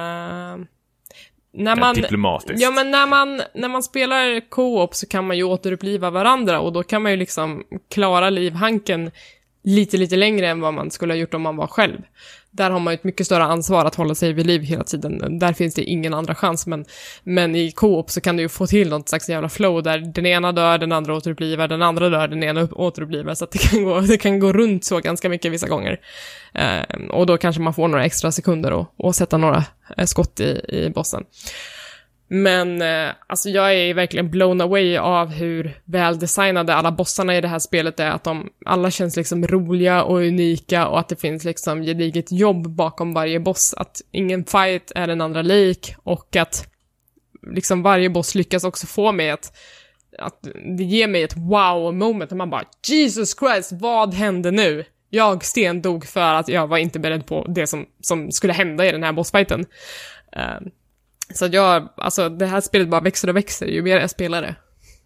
när man, ja, diplomatiskt. Ja, men när man, när man spelar co-op så kan man ju återuppliva varandra. Och då kan man ju liksom klara livhanken lite, lite längre än vad man skulle ha gjort om man var själv. Där har man ju ett mycket större ansvar att hålla sig vid liv hela tiden. Där finns det ingen andra chans. Men, men i co-op så kan du ju få till något slags jävla flow där den ena dör, den andra återupplivar, den andra dör, den ena återupplivar. Så att det kan gå, det kan gå runt så ganska mycket vissa gånger. Eh, och då kanske man får några extra sekunder och, och sätta några eh, skott i, i bossen. Men eh, alltså jag är verkligen blown away av hur väldesignade alla bossarna i det här spelet är. Att de alla känns liksom roliga och unika och att det finns liksom gediget jobb bakom varje boss. Att ingen fight är den andra lik och att liksom varje boss lyckas också få mig att, att det ger mig ett wow-moment. Och man bara, Jesus Christ, vad hände nu? Jag stendog för att jag var inte beredd på det som, som skulle hända i den här bossfighten. Uh, Så att jag, alltså det här spelet bara växer och växer ju mer jag spelar det.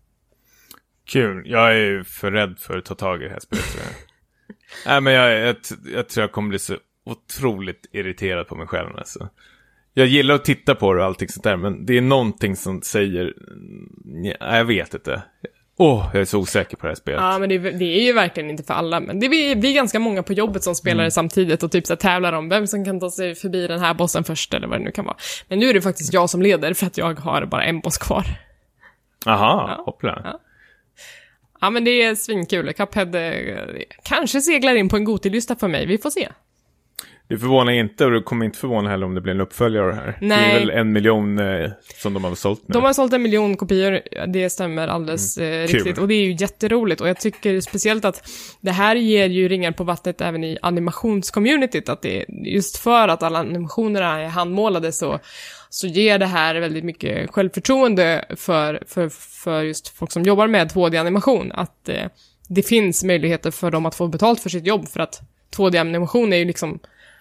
Kul, jag är ju för rädd för att ta tag i det här spelet. Nej, men jag, jag, jag tror jag kommer bli så otroligt irriterad på mig själv. Alltså. Jag gillar att titta på det och allting sånt där, men det är någonting som säger, nej, jag vet inte. Åh, oh, jag är så osäker på det här spelet. Ja, men det, det är ju verkligen inte för alla. Men det är, vi, vi är ganska många på jobbet som spelar mm. samtidigt och typ så tävlar om vem som kan ta sig förbi den här bossen först eller vad det nu kan vara. Men nu är det faktiskt jag som leder för att jag har bara en boss kvar. Aha, ja. hoppla. Ja. ja, men det är svinkul. Cuphead eh, kanske seglar in på en Goti-lista för mig. Vi får se. Du förvånar inte och du kommer inte förvåna heller om det blir en uppföljare av det här. Nej. Det är väl en miljon eh, som de har sålt nu. De har sålt en miljon kopior, det stämmer alldeles mm. eh, riktigt. Och det är ju jätteroligt. Och jag tycker speciellt att det här ger ju ringar på vattnet även i animationscommunityt. Att det just för att alla animationerna är handmålade så, så ger det här väldigt mycket självförtroende för, för, för just folk som jobbar med två D-animation. Att eh, det finns möjligheter för dem att få betalt för sitt jobb. För att två D-animation är ju liksom...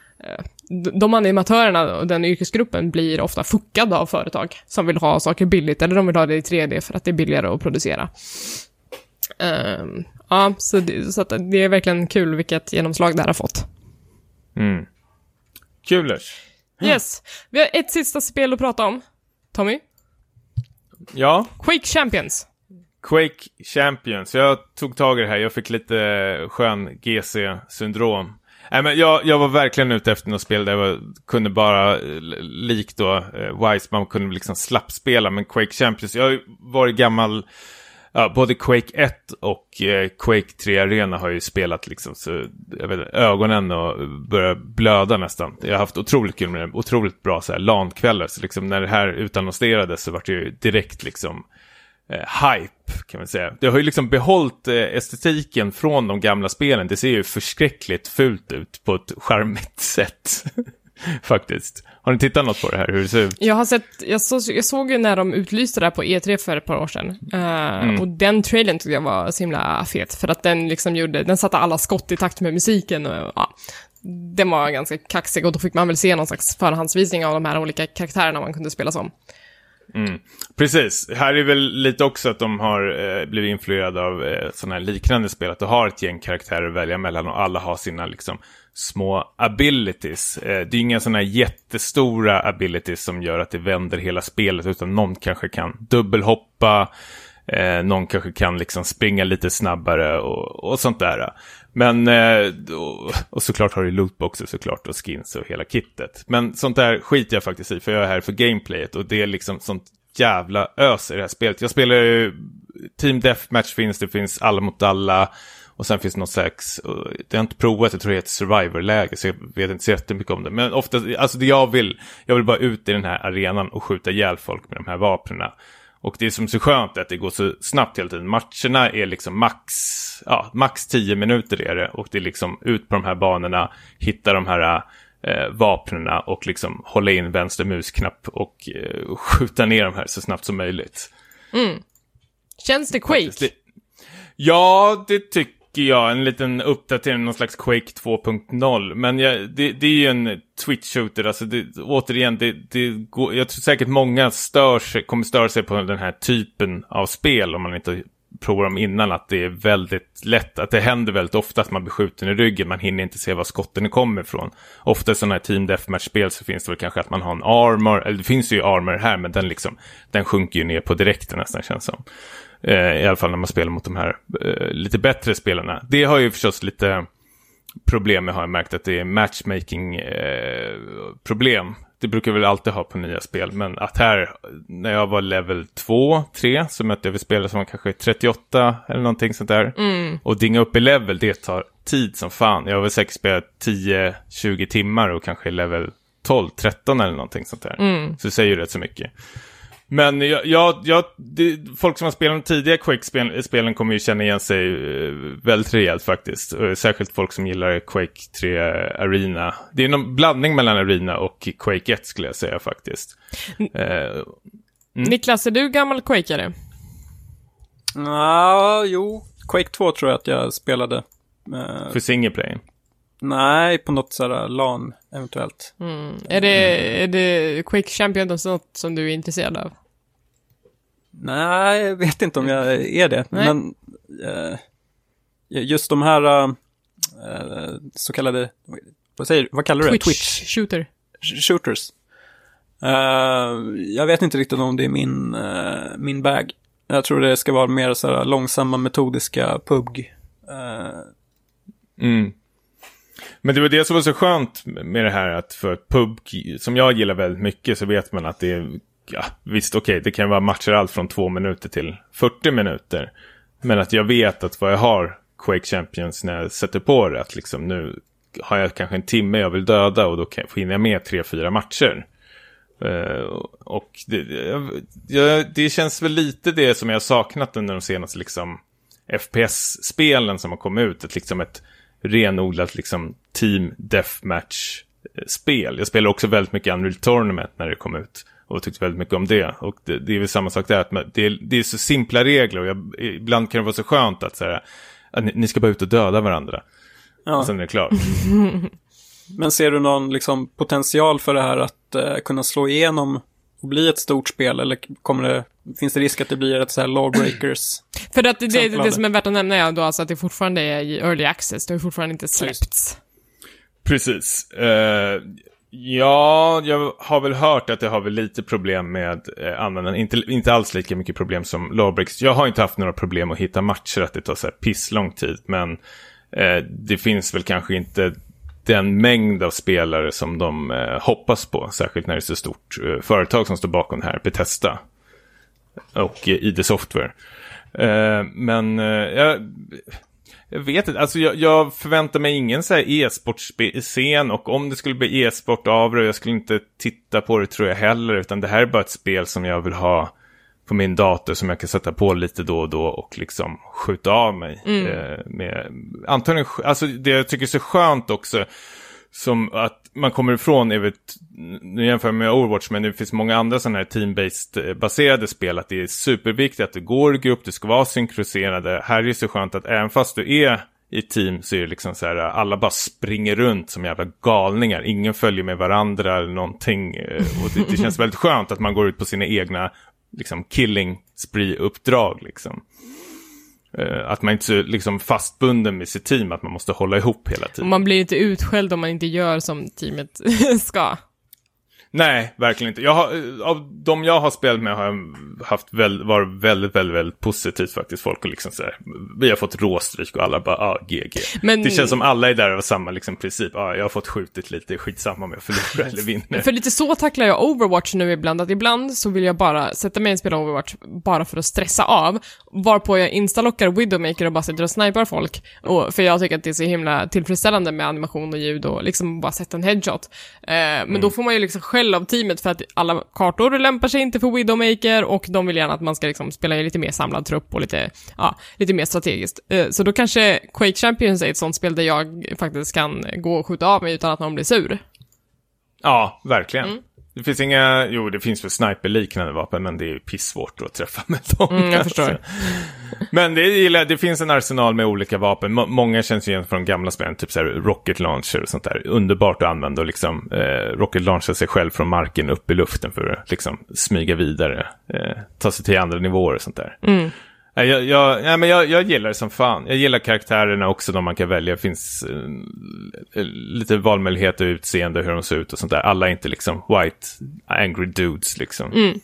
de animatörerna och den yrkesgruppen blir ofta fuckade av företag som vill ha saker billigt eller de vill ha det i tre D för att det är billigare att producera. Um, ja, så, det, så att det är verkligen kul vilket genomslag det här har fått. Mm. Kulers. Yes. Vi har ett sista spel att prata om. Tommy? Ja? Quake Champions. Quake Champions. Jag tog tag i det här. Jag fick lite skön G C-syndrom. Nej, men jag, jag var verkligen ute efter något spel där jag kunde bara, likt då eh, Wiseman, kunde liksom slappspela. Men Quake Champions, jag har ju varit gammal, ja, både Quake ett och eh, Quake tre Arena har ju spelat liksom, så jag vet, ögonen och börjar blöda nästan. Jag har haft otroligt kul med det, otroligt bra så här LAN-kvällar. Så liksom när det här utannonserades så var det ju direkt liksom Eh, hype kan man säga. Det har ju liksom behållit eh, estetiken från de gamla spelen. Det ser ju förskräckligt fult ut på ett charmigt sätt. Faktiskt. Har ni tittat något på det här? Hur det ser ut? Jag har sett, jag, så, jag såg ju när de utlyste det här på E tre för ett par år sedan. Uh, mm. Och den trailern tyckte jag var så himla fet. För att den liksom gjorde, den satte alla skott i takt med musiken. Och, ja, den var ganska kaxig och då fick man väl se någon slags förhandsvisning av de här olika karaktärerna man kunde spela som. Mm. Precis, här är väl lite också att de har eh, blivit influerade av eh, sådana här liknande spel, att du har ett gäng karaktärer att välja mellan och alla har sina liksom små abilities. Eh, det är inga sådana här jättestora abilities som gör att det vänder hela spelet, utan någon kanske kan dubbelhoppa, eh, någon kanske kan liksom springa lite snabbare och, och sånt där. Men, eh, och såklart har du lootboxer såklart och skins och hela kittet. Men sånt där skiter jag faktiskt i, för jag är här för gameplayet och det är liksom sånt jävla ös i det här spelet. Jag spelar ju Team Deathmatch, finns det finns alla mot alla och sen finns det något slags, det har inte provat, jag tror det heter Survivor-läge så jag vet inte så jättemycket om det. Men ofta, alltså det jag vill, jag vill bara ut i den här arenan och skjuta ihjäl folk med de här vapnena. Och det är som så skönt att det går så snabbt hela tiden. Matcherna är liksom max, ja, max tio minuter är det. Och det är liksom ut på de här banorna, hitta de här eh, vapnena och liksom hålla in vänster musknapp och eh, skjuta ner de här så snabbt som möjligt. Mm. Känns det Quake? Det, ja, det tycker jag. En liten uppdatering, någon slags Quake två punkt noll. Men jag, det, det är ju en Twitch-shooter. Alltså det, återigen, det, det går, jag tror säkert många stör sig, kommer störa sig på den här typen av spel om man inte provar dem innan, att det är väldigt lätt, att det händer väldigt ofta att man blir skjuten i ryggen, man hinner inte se var skotten kommer ifrån. Ofta i sådana här Team Deathmatch-spel så finns det väl kanske att man har en armor, eller det finns ju armor här, men den liksom, den sjunker ju ner på direkten nästan, känns som. Eh, I alla fall när man spelar mot de här eh, lite bättre spelarna. Det har ju förstås lite problem med, har jag märkt, att det är matchmaking eh, problem. Det brukar väl alltid ha på nya spel, men att här, när jag var level två, tre, så mötte jag spelare som var kanske trettioåtta eller någonting sånt där. Mm. Och dinga upp i level, det tar tid som fan. Jag har väl säkert spelat tio tjugo timmar och kanske level tolv tretton eller någonting sånt där. Mm. Så det säger ju rätt så mycket. Men jag, jag, jag, det, folk som har spelat de tidiga Quake-spelen kommer ju känna igen sig uh, väldigt rejält faktiskt. Uh, särskilt folk som gillar Quake tre Arena. Det är någon blandning mellan Arena och Quake ett skulle jag säga faktiskt. Uh, mm. Niklas, är du gammal Quakeare? Ja, jo. Quake två tror jag att jag spelade. Uh, För singleplay? Nej, på något sådär LAN eventuellt. Mm. Är, det, är det Quake Champion och sånt som du är intresserad av? Nej, jag vet inte om jag är det. Nej. Men uh, just de här uh, så kallade, vad säger vad kallar du det? Twitch, Twitch shooter. Shooters. Uh, jag vet inte riktigt om det är min, uh, min bag. Jag tror det ska vara mer så här långsamma metodiska P U B G. Uh. Mm. Men det var det som var så skönt med det här att för P U B G, som jag gillar väldigt mycket, så vet man att det är, ja, visst okej, okay, det kan vara matcher allt från två minuter till fyrtio minuter. Men att jag vet att vad jag har Quake Champions när jag sätter på det, att liksom nu har jag kanske en timme jag vill döda och då kan jag, hinner jag med tre, fyra matcher. Uh, och det, jag, det känns väl lite det som jag har saknat under de senaste liksom F P S-spelen som har kommit ut, ett, liksom ett renodlat liksom team deathmatch-spel. Jag spelar också väldigt mycket Unreal Tournament när det kom ut och tyckte väldigt mycket om det. Och det, det är väl samma sak där, att man, det, är, det är så simpla regler och jag, ibland kan det vara så skönt att, så här, att ni, ni ska bara ut och döda varandra. Ja. Och sen är det klart. Men ser du någon liksom potential för det här att uh, kunna slå igenom och bli ett stort spel, eller kommer det, finns det risk att det blir ett så här lawbreakers? För att det, det, det som är värt att nämna är då alltså att det fortfarande är i early access, det har fortfarande inte släppts. Precis. Uh, ja, jag har väl hört att det har väl lite problem med uh, användaren, inte, inte alls lika mycket problem som lawbreakers. Jag har inte haft några problem att hitta matcher, att det tar så här pisslång tid, men uh, det finns väl kanske inte den mängd av spelare som de eh, hoppas på, särskilt när det är så stort eh, företag som står bakom det här, Bethesda och eh, I D Software. Eh, men eh, jag, jag vet inte, alltså jag, jag förväntar mig ingen så här e-sportscen, och om det skulle bli e-sport av det, jag skulle inte titta på det tror jag heller, utan det här är bara ett spel som jag vill ha på min dator som jag kan sätta på lite då och då och liksom skjuta av mig. Mm. Eh, med, antagligen, alltså det jag tycker är så skönt också, som att man kommer ifrån, jag vet, nu jämför jag med Overwatch, men det finns många andra sådana här team-based baserade spel, att det är superviktigt att du går i grupp, du ska vara synkroniserade. Här är det så skönt att även fast du är i team så är det liksom så här, alla bara springer runt som jävla galningar. Ingen följer med varandra eller någonting. Och det, det känns väldigt skönt att man går ut på sina egna liksom killing spree-uppdrag liksom. Uh, att man inte så liksom fastbunden med sitt team, att man måste hålla ihop hela tiden. Och man blir inte utskälld om man inte gör som teamet ska. Nej, verkligen inte. Jag har, av de jag har spelat med har jag haft väl, var väldigt, väldigt, väldigt positivt faktiskt. Folk och liksom så här, vi har fått råstryk och alla bara, ah, G G. Men det känns som alla är där av samma liksom princip. Ah, jag har fått skjutit lite, skitsamma om jag förlorar eller vinner. För lite så tacklar jag Overwatch nu ibland, att ibland så vill jag bara sätta mig och spela Overwatch bara för att stressa av, varpå jag instalockar Widowmaker och bara sitter och snipar folk. Och, för jag tycker att det är så himla tillfredsställande med animation och ljud och liksom bara sätta en headshot. Eh, men mm. då får man ju liksom själv av teamet, för att alla kartor lämpar sig inte för Widowmaker och de vill gärna att man ska liksom spela i lite mer samlad trupp och lite, ja, lite mer strategiskt. Så då kanske Quake Champions är ett sånt spel där jag faktiskt kan gå och skjuta av mig utan att någon blir sur. Ja, verkligen. Mm. Det finns inga, jo det finns väl sniper-liknande vapen, men det är ju pissvårt att träffa med dem. Mm, jag förstår. Men det, det finns en arsenal med olika vapen. M- många känns ju igen från gamla spel, typ så här rocket launcher och sånt där. Underbart att använda och liksom eh, rocket launcha sig själv från marken upp i luften för att liksom smyga vidare, eh, ta sig till andra nivåer och sånt där. Mm. Jag, jag, ja, men jag, jag gillar det som fan. Jag gillar karaktärerna också, de man kan välja. Det finns uh, lite valmöjligheter, utseende, hur de ser ut och sånt där. Alla är inte liksom white angry dudes liksom. Mm.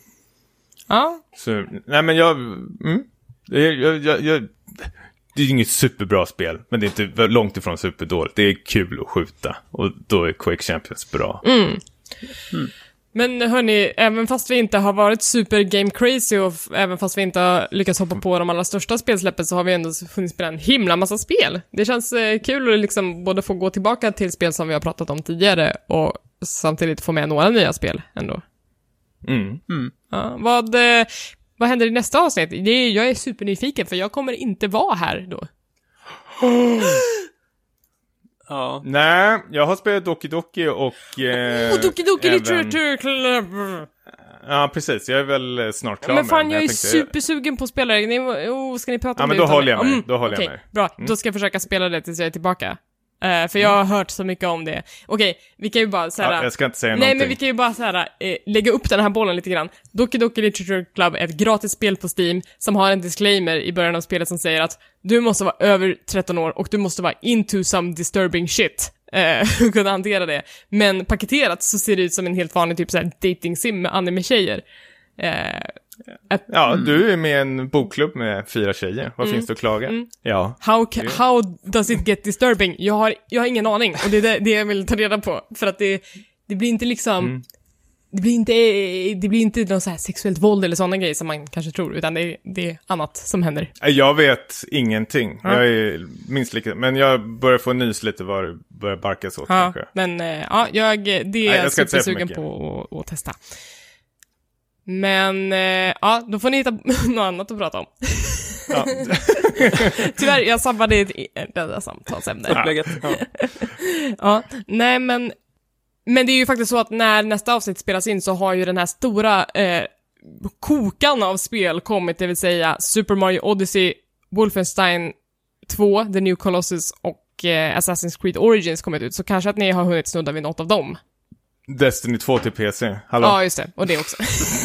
Ja. Så, nej men jag, mm, jag, jag, jag, jag det är inget superbra spel, men det är inte långt ifrån superdåligt. Det är kul att skjuta och då är Quake Champions bra. Mm. Mm. Men hörni, även fast vi inte har varit super game crazy och f- även fast vi inte har lyckats hoppa på de allra största spelsläppen, så har vi ändå funnits spela en himla massa spel. Det känns eh, kul att liksom både få gå tillbaka till spel som vi har pratat om tidigare och samtidigt få med några nya spel ändå. Mm. Mm. Ja, vad, eh, vad händer i nästa avsnitt? Det är, jag är supernyfiken, för jag kommer inte vara här då. Ja. Nej, jag har spelat Doki Doki och... Eh, oh, Doki Doki även... Literature Club! Ja, precis. Jag är väl snart klar men fan, med jag är tänkte... supersugen på att spela det. Ni, oh, ska ni prata ja, om men det? då håller jag med. Mm, då håller okay, jag med. Bra, Mm. då ska jag försöka spela det tills jag är tillbaka. Uh, för jag har hört så mycket om det. Okej, okay, vi kan ju bara såhär... Ja, jag ska inte säga nej, någonting. men vi kan ju bara såhär, eh, lägga upp den här bollen lite grann. Doki Doki Literature Club är ett gratis spel på Steam som har en disclaimer i början av spelet som säger att du måste vara över tretton år och du måste vara into some disturbing shit eh, för att kunna hantera det. Men paketerat så ser det ut som en helt vanlig typ såhär dating-sim med anime-tjejer. Eh, att, ja, du är med i en bokklubb med fyra tjejer. Vad Mm. finns det att klaga? Mm. Ja. How, ca- how does it get disturbing? Jag har, jag har ingen aning, och det är det, det jag vill ta reda på. För att det, det blir inte liksom... Mm. Det blir inte, det blir inte någon så här sexuellt våld eller sådana grejer som man kanske tror, utan det är, det är annat som händer. Jag vet ingenting. Ja. Jag är minst lika... Men jag börjar få nys lite vad det börjar barkas åt, Ja, kanske. men eh, ja, jag, det är Nej, jag jag ska inte säga för supersugen mycket. på att, att testa. Men, eh, ja, då får ni hitta något annat att prata om. Ja. Tyvärr, jag sabbade ett enda samtalsämne. Upplägget. Ja. Ja, nej men... Men det är ju faktiskt så att när nästa avsnitt spelas in så har ju den här stora eh, kokan av spel kommit, det vill säga Super Mario Odyssey, Wolfenstein två, The New Colossus och eh, Assassin's Creed Origins kommit ut. Så kanske att ni har hunnit snudda vid något av dem. Destiny två till P C. Hallå? Ja, just det. Och det också.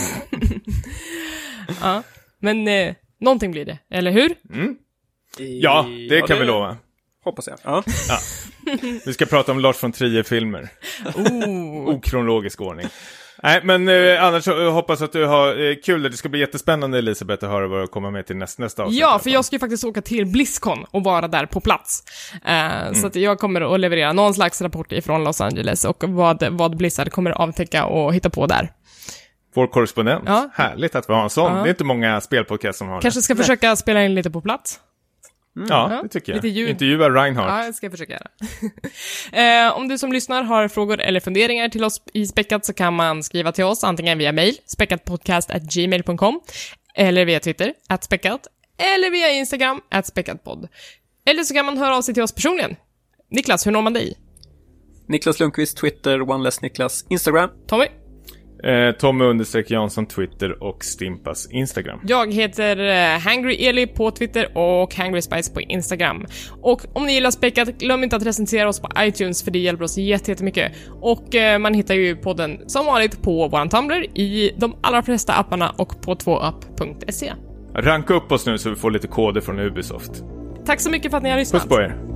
Ja, men eh, någonting blir det, eller hur? Mm. Ja, det kan vi lova. Hoppas jag. Ja. Ja. Vi ska prata om Lars von Trier-filmer. Oh. Okronologisk ordning. Nej, men eh, annars så, eh, hoppas att du har eh, kul. Det ska bli jättespännande, Elisabeth, att höra vad du kommer med till nästa, nästa avsnitt. Ja, för jag ska ju faktiskt åka till BlizzCon och vara där på plats. Uh, mm. Så att jag kommer att leverera någon slags rapport ifrån Los Angeles och vad, vad Blizzard kommer att avtäcka och hitta på där. Vår korrespondent. Ja. Härligt att vi har en sån. Ja. Det är inte många spelpodcast som har Kanske det. ska försöka spela in lite på plats. Mm. Ja, ja, det tycker jag. Lite ljud. Intervjua Reinhardt. Ja, det ska jag försöka göra. eh, om du som lyssnar har frågor eller funderingar till oss i Späckat så kan man skriva till oss antingen via mail, späckatpodcast at gmail dot com, eller via Twitter, at späckat, eller via Instagram, at späckatpodd. Eller så kan man höra av sig till oss personligen. Niklas, hur når man dig? Niklas Lundqvist, Twitter, OneLess Niklas, Instagram. Tommy? Eh, Tommy understreck Jansson, Twitter och Stimpas Instagram. Jag heter eh, Hangry Eli på Twitter och Hangry Spice på Instagram. Och om ni gillar Späckat, glöm inte att recensera oss på iTunes, för det hjälper oss jättemycket. Och eh, man hittar ju podden som vanligt på våran Tumblr, i de allra flesta apparna och på två app punkt se. Ranka upp oss nu så vi får lite koder från Ubisoft. Tack så mycket för att ni har lyssnat. Puss på er.